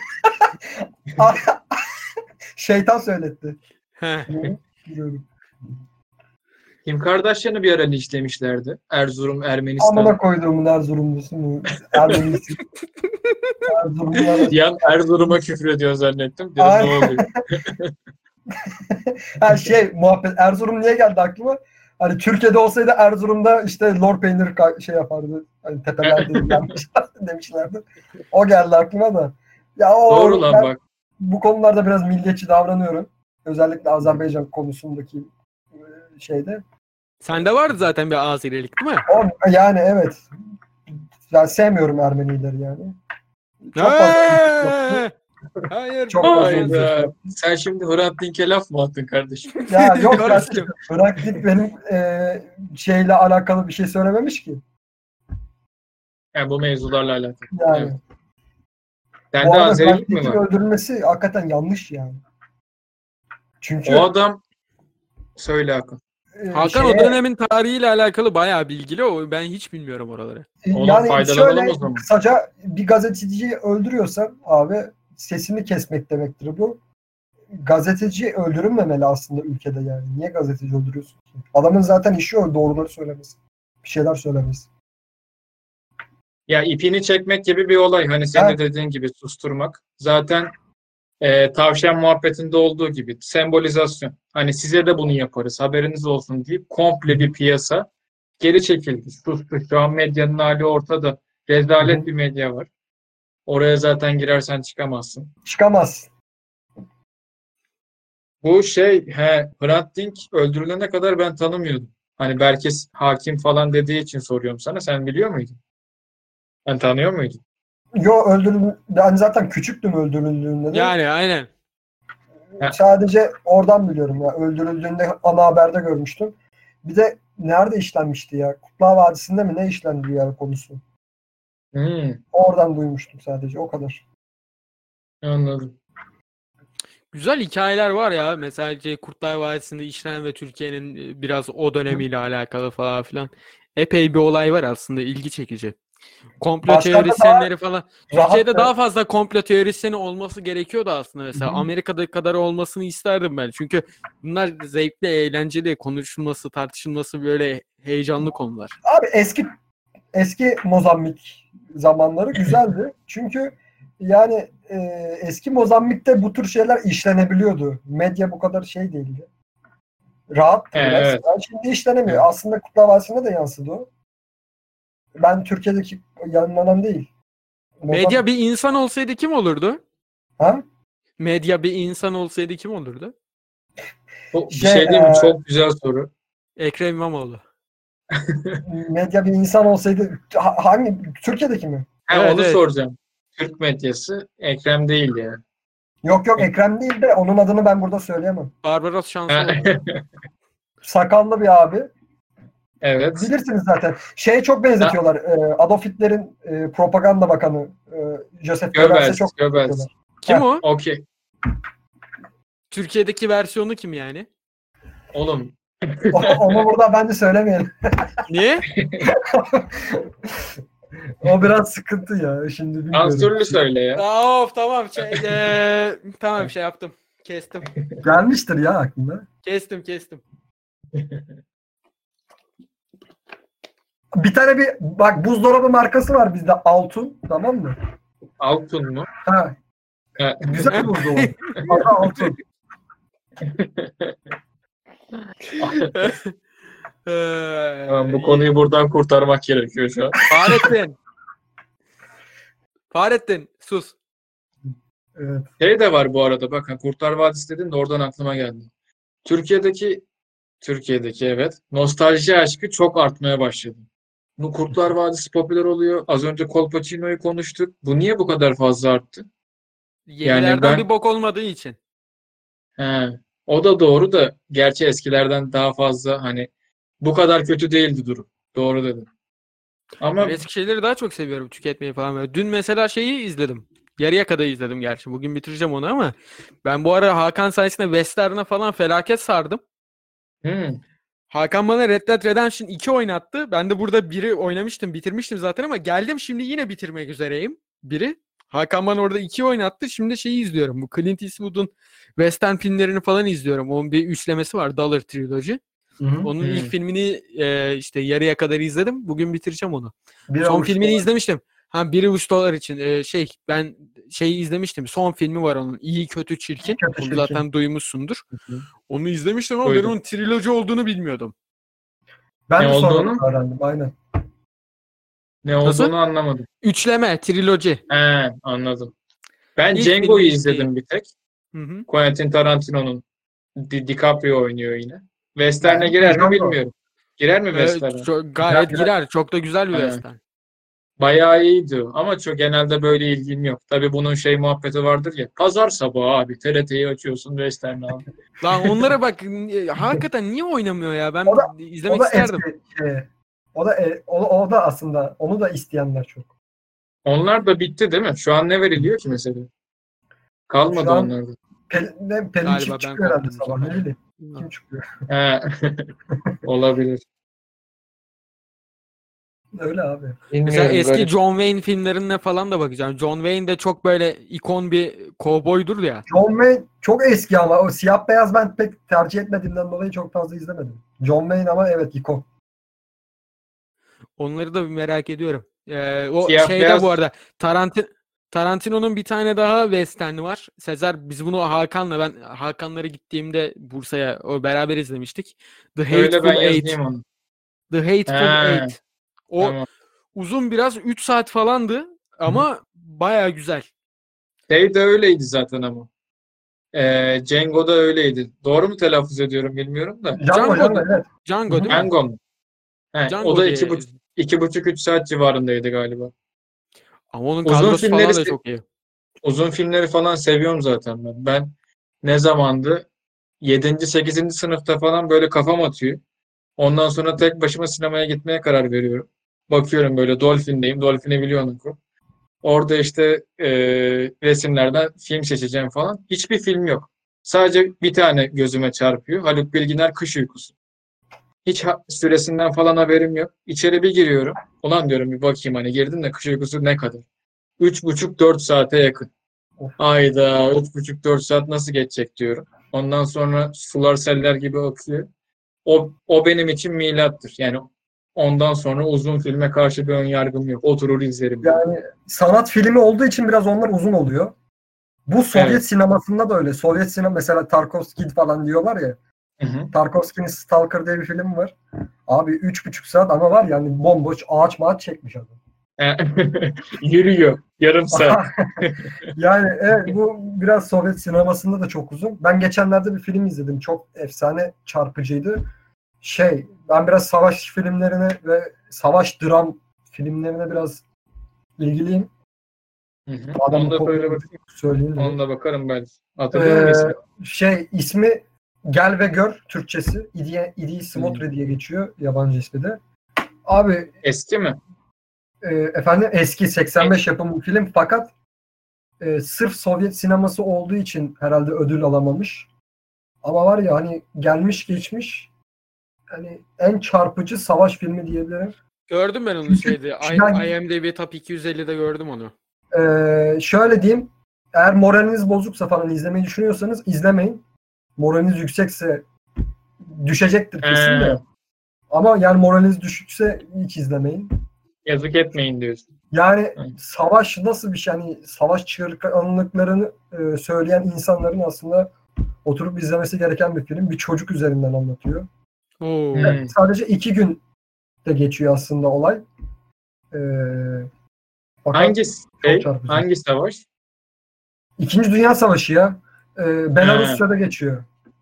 Şeytan söyletti. Heh. Biliyorum. Kim Kardashian'ı bir ara linçlemişlerdi. Erzurum, Ermenistan. Amına koyduğumun Erzurumlusu mu? Ermenisi. Erzurumlular. Yan Erzurum'a küfür ediyor zannettim. Dedim Aynen. ne oluyor? Muhabbet. Erzurum niye geldi aklıma? Hani Türkiye'de olsaydı Erzurum'da işte lor peynir şey yapardı. Hani tepelerde demişlerdi. O geldi aklıma da. Ya Doğru lan bak. bu konularda biraz milliyetçi davranıyorum. Özellikle Azerbaycan konusundaki şeyde. Sende vardı zaten bir Azerilik değil mi? Yani evet. Ben sevmiyorum Ermenileri yani. Çok fazla. Hayır. Çok fazla Hayda. Sen şimdi Hrant Dink'e laf mı attın kardeşim? Ya yok Karıştım. Hrant Dink benim şeyle alakalı bir şey söylememiş ki. Yani bu mevzularla alakalı. Yani. Evet. Sende Bu arada Azerilik mi Hrant var? Dink'in öldürülmesi hakikaten yanlış yani. Çünkü O adam söyle Hakan. Hakan o dönemin tarihiyle alakalı bayağı bilgili. Ben hiç bilmiyorum oraları. Oğlum, Yani faydalanalım şöyle o zaman. kısaca bir gazeteciyi öldürüyorsan abi sesini kesmek demektir bu. Gazeteci öldürülmemeli aslında ülkede yani. Niye gazeteci öldürüyorsun ki? Adamın zaten işi o doğruları söylemesi. Bir şeyler söylemesi. Ya ipini çekmek gibi bir olay. Hani senin de Evet. dediğin gibi susturmak. Zaten tavşan muhabbetinde olduğu gibi sembolizasyon. Hani size de bunu yaparız, haberiniz olsun deyip komple bir piyasa geri çekildi. Sustu. Şu an medyanın hali ortada. Rezalet bir medya var. Oraya zaten girersen çıkamazsın. Çıkamaz. Bu Hrant Dink öldürülene kadar ben tanımıyordum. Hani belki hakim falan dediği için soruyorum sana. Sen biliyor muydun? Ben tanıyor muydun? Yo öldürüldü. Ben zaten küçüktüm öldürüldüğünde de. Yani aynen. Sadece oradan biliyorum ya. Öldürüldüğünde ana haberde görmüştüm. Bir de nerede işlenmişti ya? Kurtlar Vadisi'nde mi ne işlendi ya konusu? Oradan duymuştum sadece. O kadar. Anladım. Güzel hikayeler var ya. Mesela Kurtlar Vadisi'nde işlenen ve Türkiye'nin biraz o dönemiyle alakalı falan filan. Epey bir olay var aslında. İlgi çekici. Komplo Başlarda teorisyenleri falan. Türkiye'de rahat daha fazla komplo teorisyeni olması gerekiyordu aslında mesela. Hı hı. Amerika'da kadar olmasını isterdim ben. Çünkü bunlar zevkli, eğlenceli, konuşulması, tartışılması böyle heyecanlı konular. Abi eski Mozambik zamanları güzeldi. Çünkü yani eski Mozambik'te bu tür şeyler işlenebiliyordu. Medya bu kadar şey değildi. Rahattı biraz. Evet. Yani şimdi işlenemiyor. Aslında Kurtlar Vadisi'ne de yansıdı o. Ben Türkiye'deki yanlanan değil. Medya bir insan olsaydı kim olurdu? Ha? Medya bir insan olsaydı kim olurdu? Bir şey değil mi? Çok güzel soru. Ekrem İmamoğlu. Medya bir insan olsaydı hangi Türkiye'deki mi? Evet, Onu evet. soracağım. Türk medyası Ekrem değil yani. Yok Ekrem değil de onun adını ben burada söyleyemem. Barbaros Şansoğlu. Sakallı bir abi. Evet. Bilirsiniz zaten. Şeye çok benzetiyorlar. Adolf Hitler'in propaganda bakanı Joseph Goebbels'e çok Goebbels. benzetiyorlar. Kim o? Okey. Türkiye'deki versiyonu kim yani? Oğlum. Onu burada bence söylemeyelim. Niye? O biraz sıkıntı ya. Şimdi bilmiyorum. Sansürlü söyle ya. Tamam. Tamam şey yaptım. Kestim. Gelmiştir ya aklına. Kestim. Bir tane bak buzdolabı markası var bizde Altun, tamam mı? Altun mu? Ha. Ha. Güzel bir buzdolabı. Adı Altun. Tamam, bu konuyu buradan kurtarmak gerekiyor şu an. Fahrettin sus. Evet. Şey de var bu arada, bakın Kurtlar Vadisi dedin de oradan aklıma geldi. Türkiye'deki evet nostalji aşkı çok artmaya başladı. Bu Kurtlar Vadisi popüler oluyor. Az önce Kolpaçino'yu konuştuk. Bu niye bu kadar fazla arttı? Yenilerden bir bok olmadığı için. O da doğru da gerçi eskilerden daha fazla hani bu kadar kötü değildi durum. Doğru dedin. Ama Ben eski şeyleri daha çok seviyorum tüketmeyi falan. Böyle. Dün mesela şeyi izledim. Yarıya kadar izledim gerçi. Bugün bitireceğim onu ama ben bu ara Hakan sayesinde Western'a falan felaket sardım. Hakan bana Red Dead Redemption 2 oynattı. Ben de burada biri oynamıştım, bitirmiştim zaten ama geldim şimdi yine bitirmek üzereyim. Biri. Hakan bana orada 2 oynattı. Şimdi şeyi izliyorum. Bu Clint Eastwood'un Western filmlerini falan izliyorum. Onun bir üçlemesi var. Dollar Trilogy. Onun ilk filmini işte yarıya kadar izledim. Bugün bitireceğim onu. Son filmini izlemiştim. $1,5 için ben şeyi izlemiştim. Son filmi var onun. İyi Kötü Çirkin. Onu zaten duymuşsundur. Onu izlemiştim ama ben onun triloji olduğunu bilmiyordum. Ben de sonradan öğrendim. Aynen. Ne olduğunu anlamadım. Üçleme, triloji. Anladım. Ben İlk Django'yu filmi izledim bir tek. Hı-hı. Quentin Tarantino'nun. DiCaprio oynuyor yine. Western'e girer mi bilmiyorum. Girer mi Western'e? Gayet girer. Çok da güzel bir Western. Bayağı iyiydi ama genelde böyle ilgim yok. Tabii bunun muhabbeti vardır ya. Pazar sabahı abi TRT'yi açıyorsun Western'i abi. Lan onlara bak hakikaten niye oynamıyor ya? Ben izlemek o da isterdim. O da aslında onu da isteyenler çok. Onlar da bitti değil mi? Şu an ne veriliyor ki mesela? Kalmadı onlarda. Pelin Çift çıkıyor herhalde sabah. Ne bileyim. kim çıkıyor? He. Olabilir. Öyle abi. Mesela Bilmiyorum, eski garip. John Wayne filmlerine falan da bakacağım. John Wayne de çok böyle ikon bir kovboydur ya. John Wayne çok eski ama o siyah beyaz ben pek tercih etmediğimden dolayı çok fazla izlemedim. John Wayne ama evet ikon. Onları da bir merak ediyorum. O Siyah şeyde beyaz. bu arada Tarantino'nun bir tane daha western'i var. Sezer biz bunu ben Hakanlara gittiğimde Bursa'ya o beraber izlemiştik. The Öyle, ben Hateful Eight. yazayım onu. The Hateful He, Eight. O tamam. uzun biraz 3 saat falandı ama baya güzel. Şey de öyleydi zaten ama. Django da öyleydi. Doğru mu telaffuz ediyorum bilmiyorum da. Django evet. Django değil mi? Django mu? He, o Django da diye. iki buçuk üç saat civarındaydı galiba. Ama onun Uzun kadrosu filmleri falan da çok iyi. uzun filmleri falan seviyorum zaten ben. Ben ne zamandı? 7. 8. sınıfta falan böyle kafam atıyor. Ondan sonra tek başıma sinemaya gitmeye karar veriyorum. Bakıyorum böyle Dolphin'deyim. Dolphin'i biliyorsun. Orada işte resimlerden film seçeceğim falan. Hiçbir film yok. Sadece bir tane gözüme çarpıyor. Haluk Bilginer Kış Uykusu. Hiç süresinden falan haberim yok. İçeri bir giriyorum. Ulan diyorum bir bakayım hani girdim de Kış Uykusu ne kadar? 3,5-4 saate yakın. Of. Ayda 3,5-4 saat nasıl geçecek diyorum. Ondan sonra sular seller gibi akıyor. O benim için milattır. Yani ondan sonra uzun filme karşı bir ön yargım yok. Oturur izlerim. Yani sanat filmi olduğu için biraz onlar uzun oluyor. Bu Sovyet Evet. sinemasında da öyle. Sovyet sinema mesela Tarkovski falan diyorlar ya. Hı hı. Tarkovski'nin Stalker diye bir film var. Abi 3,5 saat ama var yani bomboş ağaç mağaç çekmiş adam. Yürüyor. Yarım saat. Yani evet bu biraz Sovyet sinemasında da çok uzun. Ben geçenlerde bir film izledim. Çok efsane çarpıcıydı. Ben biraz savaş filmlerine ve savaş dram filmlerine biraz ilgiliyim. Hı hı. Adamın Onu da kodunu böyle bakayım. söyleyeyim Onu dedim. da bakarım belki. Hatırlıyor musun ismi? İsmi Gel ve Gör Türkçesi. İdi Smotre diye geçiyor yabancı ismi de. Abi Eski mi? efendim eski 85 yapımı bir film fakat sırf Sovyet sineması olduğu için herhalde ödül alamamış. Ama var ya hani gelmiş geçmiş hani en çarpıcı savaş filmi diyebilirim. Gördüm ben onu Çünkü şeyde. IMDb Top 250'de gördüm onu. şöyle diyeyim, eğer moraliniz bozuksa falan izlemeyi düşünüyorsanız izlemeyin. Moraliniz yüksekse düşecektir kesin He, de. Ama yani moraliniz düşükse hiç izlemeyin. yazık etmeyin diyorsun. Yani Hı. savaş nasıl bir şey? Hani savaş çığırtkanlıklarını söyleyen insanların aslında oturup izlemesi gereken bir film. Bir çocuk üzerinden anlatıyor. Oo. Hmm. Sadece 2 gün de geçiyor aslında olay. E, fakat Hangi çok çarpıcı. hangi savaş? İkinci Dünya Savaşı ya. He, Belarus'ta geçiyor.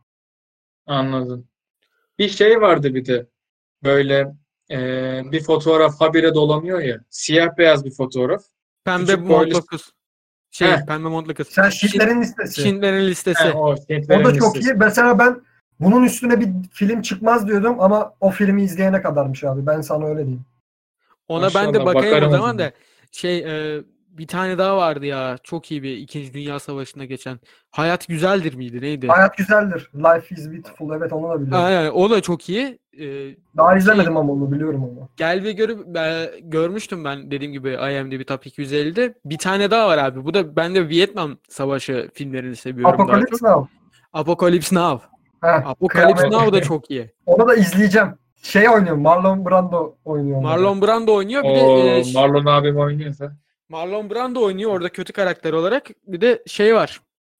anladım. Bir şey vardı bir de. Böyle bir fotoğraf habire dolanıyor ya. Siyah beyaz bir fotoğraf. Pembe Küçük boylu. montlu kız. Heh, Pembe montlu kız. Sen Schindler'in Listesi. Schindler'in Listesi. o O da Schindler'in çok iyi. Listesi. Mesela ben bunun üstüne bir film çıkmaz diyordum ama o filmi izleyene kadarmış abi. Ben sana öyle diyeyim. Ona ben de Maşallah, bakayım o bakarım o zaman zaman. da bir tane daha vardı ya. Çok iyi bir İkinci Dünya Savaşı'nda geçen. Hayat Güzeldir miydi? Neydi? Hayat güzeldir. Life is beautiful. Evet onu da biliyorum. Aynen, o da çok iyi. Daha izlemedim ama onu biliyorum onu. Gel ve görmüştüm ben dediğim gibi IMDb Top 250'de. Bir tane daha var abi. Bu da ben de Vietnam Savaşı filmlerini seviyorum daha çok. Apocalypse Now. Apocalypse Now. Heh, Apocalypse kıyamet. Now da çok iyi. Onu da izleyeceğim. Oynuyor. Marlon Brando oynuyor onda da. Marlon Brando oynuyor. Bir de O Marlon abim oynuyorsa. Marlon Brando oynuyor orada kötü karakter olarak. Bir de var.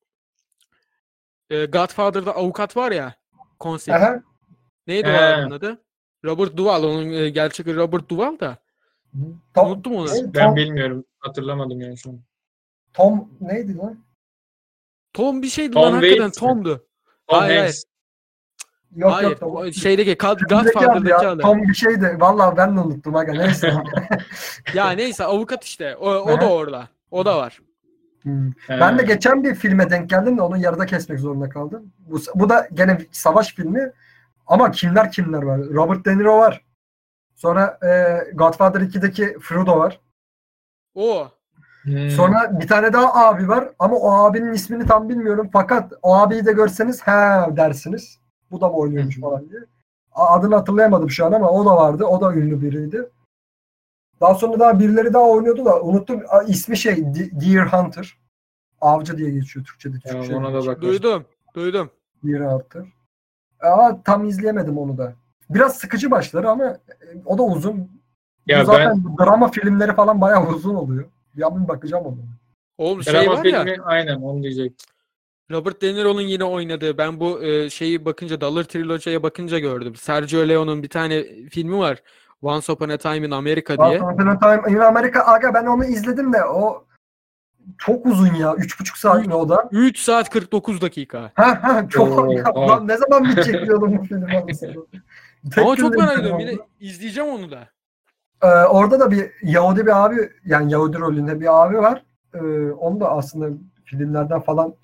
Godfather'da avukat var ya. Konsil. Aha. Neydi o He, adamın adı? Robert Duvall. Onun gerçek adı Robert Duvall da. Tom, Unuttum onu. ben bilmiyorum. Hatırlamadım yani şu an. Tom neydi lan? Tom bir şeydi lan Tom hakikaten Waits mi? Tom'du. Tom Hayır. Hanks. Yok Hayır. Tom. O şeydeki Filmdeki adı Godfather'daki ya. adı. Tom bir şeydi. Vallahi ben de unuttum aga. Neyse. Ya neyse avukat işte. O da Aha. orada. O da var. Ben de He. geçen bir filme denk geldim de onu yarıda kesmek zorunda kaldım. Bu da gene bir savaş filmi ama kimler var? Robert De Niro var. Sonra Godfather 2'deki Frodo var. O. Sonra bir tane daha abi var ama o abinin ismini tam bilmiyorum fakat o abiyi de görseniz he dersiniz. bu da mı oynuyormuş falan diye. Adını hatırlayamadım şu an ama o da vardı. O da ünlü biriydi. Daha sonra daha birileri daha oynuyordu da unuttum. İsmi Deer Hunter. Avcı diye geçiyor Türkçe'de. Tamam, ona da bakmıştım. Duydum. Deer Hunter. Ama tam izleyemedim onu da. Biraz sıkıcı başları ama o da uzun. Ya Bu zaten drama filmleri falan bayağı uzun oluyor. Ya bir bakacağım ona. Oğlum drama var ya. filmi aynen onu diyecektim. Robert De Niro'nun yine oynadığı, ben bu şeyi bakınca, Dollar Trilogy'ye bakınca gördüm. Sergio Leone'un bir tane filmi var. Once Upon a Time in America diye. Once Upon a Time in America. Aga ben onu izledim de o çok uzun ya. 3,5 saat mi o da? 3 saat 49 dakika. Çok lan ne zaman bitecek diyordum bu film anasını. Ama çok merak ediyorum. Bir de izleyeceğim onu da. Orada da bir Yahudi bir abi, yani Yahudi rolünde bir abi var. Onu da aslında filmlerden falan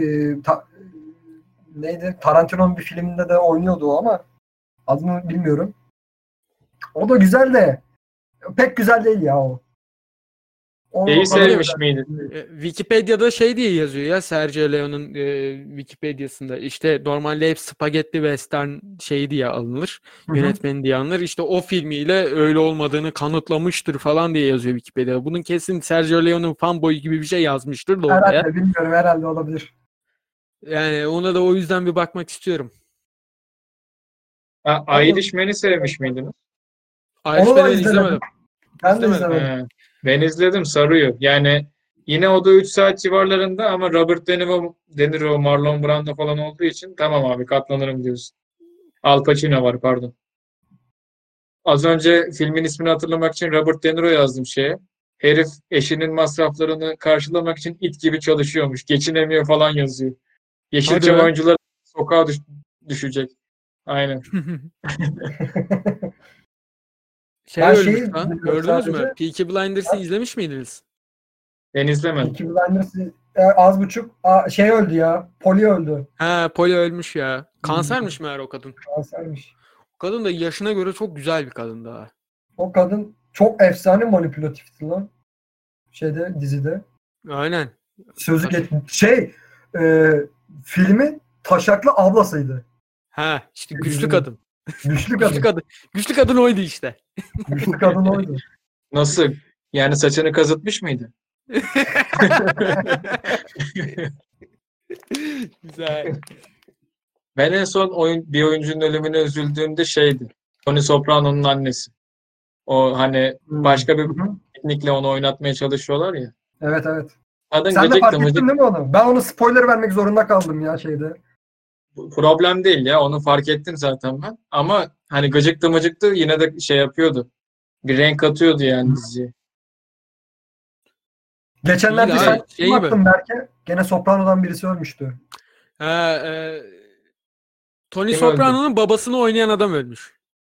neydi? Tarantino'nun bir filminde de oynuyordu o ama adını bilmiyorum. O da güzel de pek güzel değil ya o. Şeyi sevmiş miydin? Wikipedia'da şey diye yazıyor ya, Sergio Leone'un Wikipedia'sında. İşte normalde hep spagetti western şeyi diye alınır. Yönetmeni diye alınır. İşte o filmiyle öyle olmadığını kanıtlamıştır falan diye yazıyor Wikipedia'da. Bunun kesin Sergio Leone'un fanboy gibi bir şey yazmıştır da oraya. Herhalde bilmiyorum, herhalde olabilir. Yani ona da o yüzden bir bakmak istiyorum. Irishman'i sevmiş miydiniz? Irishman'i izlemedim. Ben de izlemedim. Ben izledim, sarıyor. Yani yine o da 3 saat civarlarında ama Robert De Niro, Marlon Brando falan olduğu için tamam abi katlanırım diyorsun. Al Pacino var pardon. Az önce filmin ismini hatırlamak için Robert De Niro yazdım şeye. Herif eşinin masraflarını karşılamak için it gibi çalışıyormuş. Geçinemiyor falan yazıyor. Yeşilçam oyuncular sokağa düşecek. Aynen. Ölmüş lan. Gördünüz mü? Peaky Blinders'ı izlemiş miydiniz? Ben izlemedim. Peaky Blinders'ı az buçuk öldü ya. Polly öldü. Polly ölmüş ya. Kansermiş meğer o kadın. Kansermiş. O kadın da yaşına göre çok güzel bir kadın daha. O kadın çok efsane manipülatifti lan. Dizide. Aynen. Filmin taşaklı ablasıydı. İşte güçlü kadın. Güçlü kadın. Güçlü kadın oydu işte. Güçlü kadın oydu. Nasıl? Yani saçını kazıtmış mıydı? Güzel. Ben en son bir oyuncunun ölümüne üzüldüğümde Tony Soprano'nun annesi. O hani başka bir teknikle onu oynatmaya çalışıyorlar ya. Evet. Kadın sen de fark ettin değil mi onu? Ben onu spoiler vermek zorunda kaldım ya şeyde. Problem değil ya. Onu fark ettim zaten ben. Ama hani gıcıktı mıcıktı yine de yapıyordu. Bir renk atıyordu yani diziye. Geçenlerde sen baktım Berke. Gene Soprano'dan birisi ölmüştü. Tony Soprano'nun babasını oynayan adam ölmüş.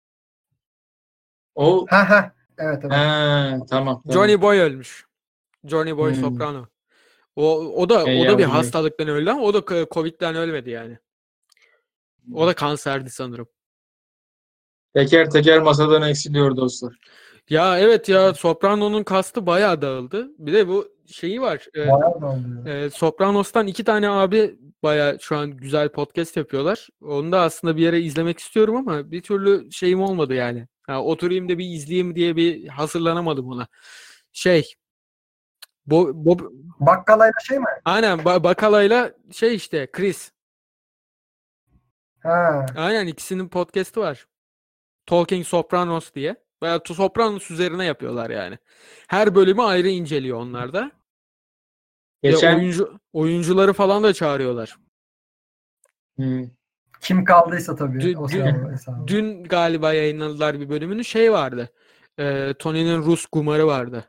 O evet. Tamam. Johnny Boy ölmüş. Johnny Boy Soprano. O da bir hastalıktan öldü ama o da Covid'den ölmedi yani. O da kanserdi sanırım. Teker teker masadan eksiliyor dostlar. Ya evet ya, Soprano'nun kastı bayağı dağıldı. Bir de bu şeyi var. Bayağı dağıldı. Sopranos'tan 2 tane abi bayağı şu an güzel podcast yapıyorlar. Onu da aslında bir yere izlemek istiyorum ama bir türlü şeyim olmadı yani. Oturayım da bir izleyeyim diye bir hazırlanamadım ona. Bakkalayla mi? Aynen Bakalayla işte Chris. Aynen, ikisinin podcast'ı var. Talking Sopranos diye. Veya Sopranos üzerine yapıyorlar yani. Her bölümü ayrı inceliyor onlar da. Oyuncuları falan da çağırıyorlar. Kim kaldıysa tabii. Dün galiba yayınladılar bir bölümünü. Vardı. Tony'nin Rus kumarı vardı.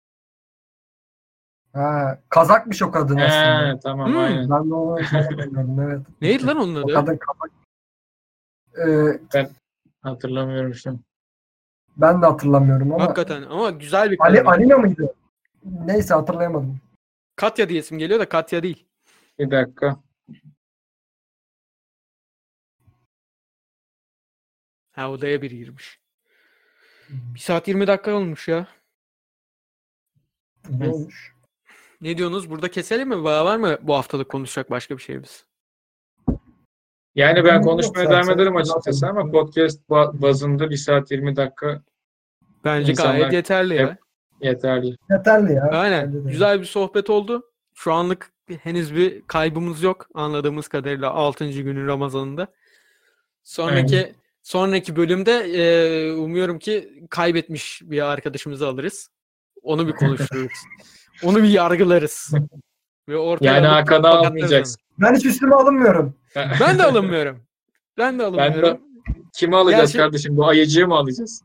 Kazakmış o kadın aslında. Tamam aynen. Ben de onu hatırlamıyorum, evet. Neydi lan onun adı? O kadın Kazak. Ben hatırlamıyorum şimdi. Ben de hatırlamıyorum ama. Hakikaten ama güzel bir kadın. Alina mıydı? Neyse hatırlayamadım. Katya diyesim geliyor da Katya değil. Bir dakika. Odaya biri girmiş. 1 saat 20 dakika olmuş ya. Ne olmuş? Ne diyorsunuz? Burada keselim mi? Var mı bu haftalık konuşacak başka bir şeyimiz? Yani ben Benim yok konuşmaya zaten. devam ederim açıkçası Zaten. ama podcast bazında 1 saat 20 dakika Bence İnsanlar gayet yeterli ya. hep yeterli. Yeterli ya. Aynen. Bence de. Güzel bir sohbet oldu. Şu anlık henüz bir kaybımız yok. Anladığımız kadarıyla 6. günün Ramazan'ında. Sonraki bölümde umuyorum ki kaybetmiş bir arkadaşımızı alırız. Onu bir konuştururuz. Onu bir yargılarız. Ve ortaya Yani alıp Hakan'ı tokatlarız almayacaksın. Ben hiç üstüme alınmıyorum. onu. Ben de alınmıyorum. Ben de alınmıyorum. Kimi alacağız Gerçi- kardeşim? Bu ayıcıyı mı alacağız?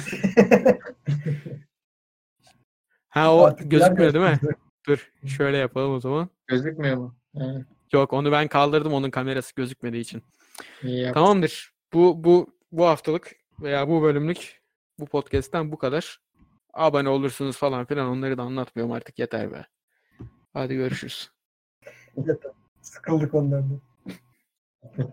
Ha o Artık gözükmüyor değil mi? gösterdi. Dur şöyle yapalım o zaman. Gözükmüyor mu? Evet, Yok onu ben kaldırdım onun kamerası gözükmediği için. iyi yaptın. Tamamdır. Bu haftalık veya bu bölümlük bu podcast'ten bu kadar. Abone olursunuz falan filan onları da anlatmıyorum artık yeter be. Hadi görüşürüz. Sıkıldık onlardan.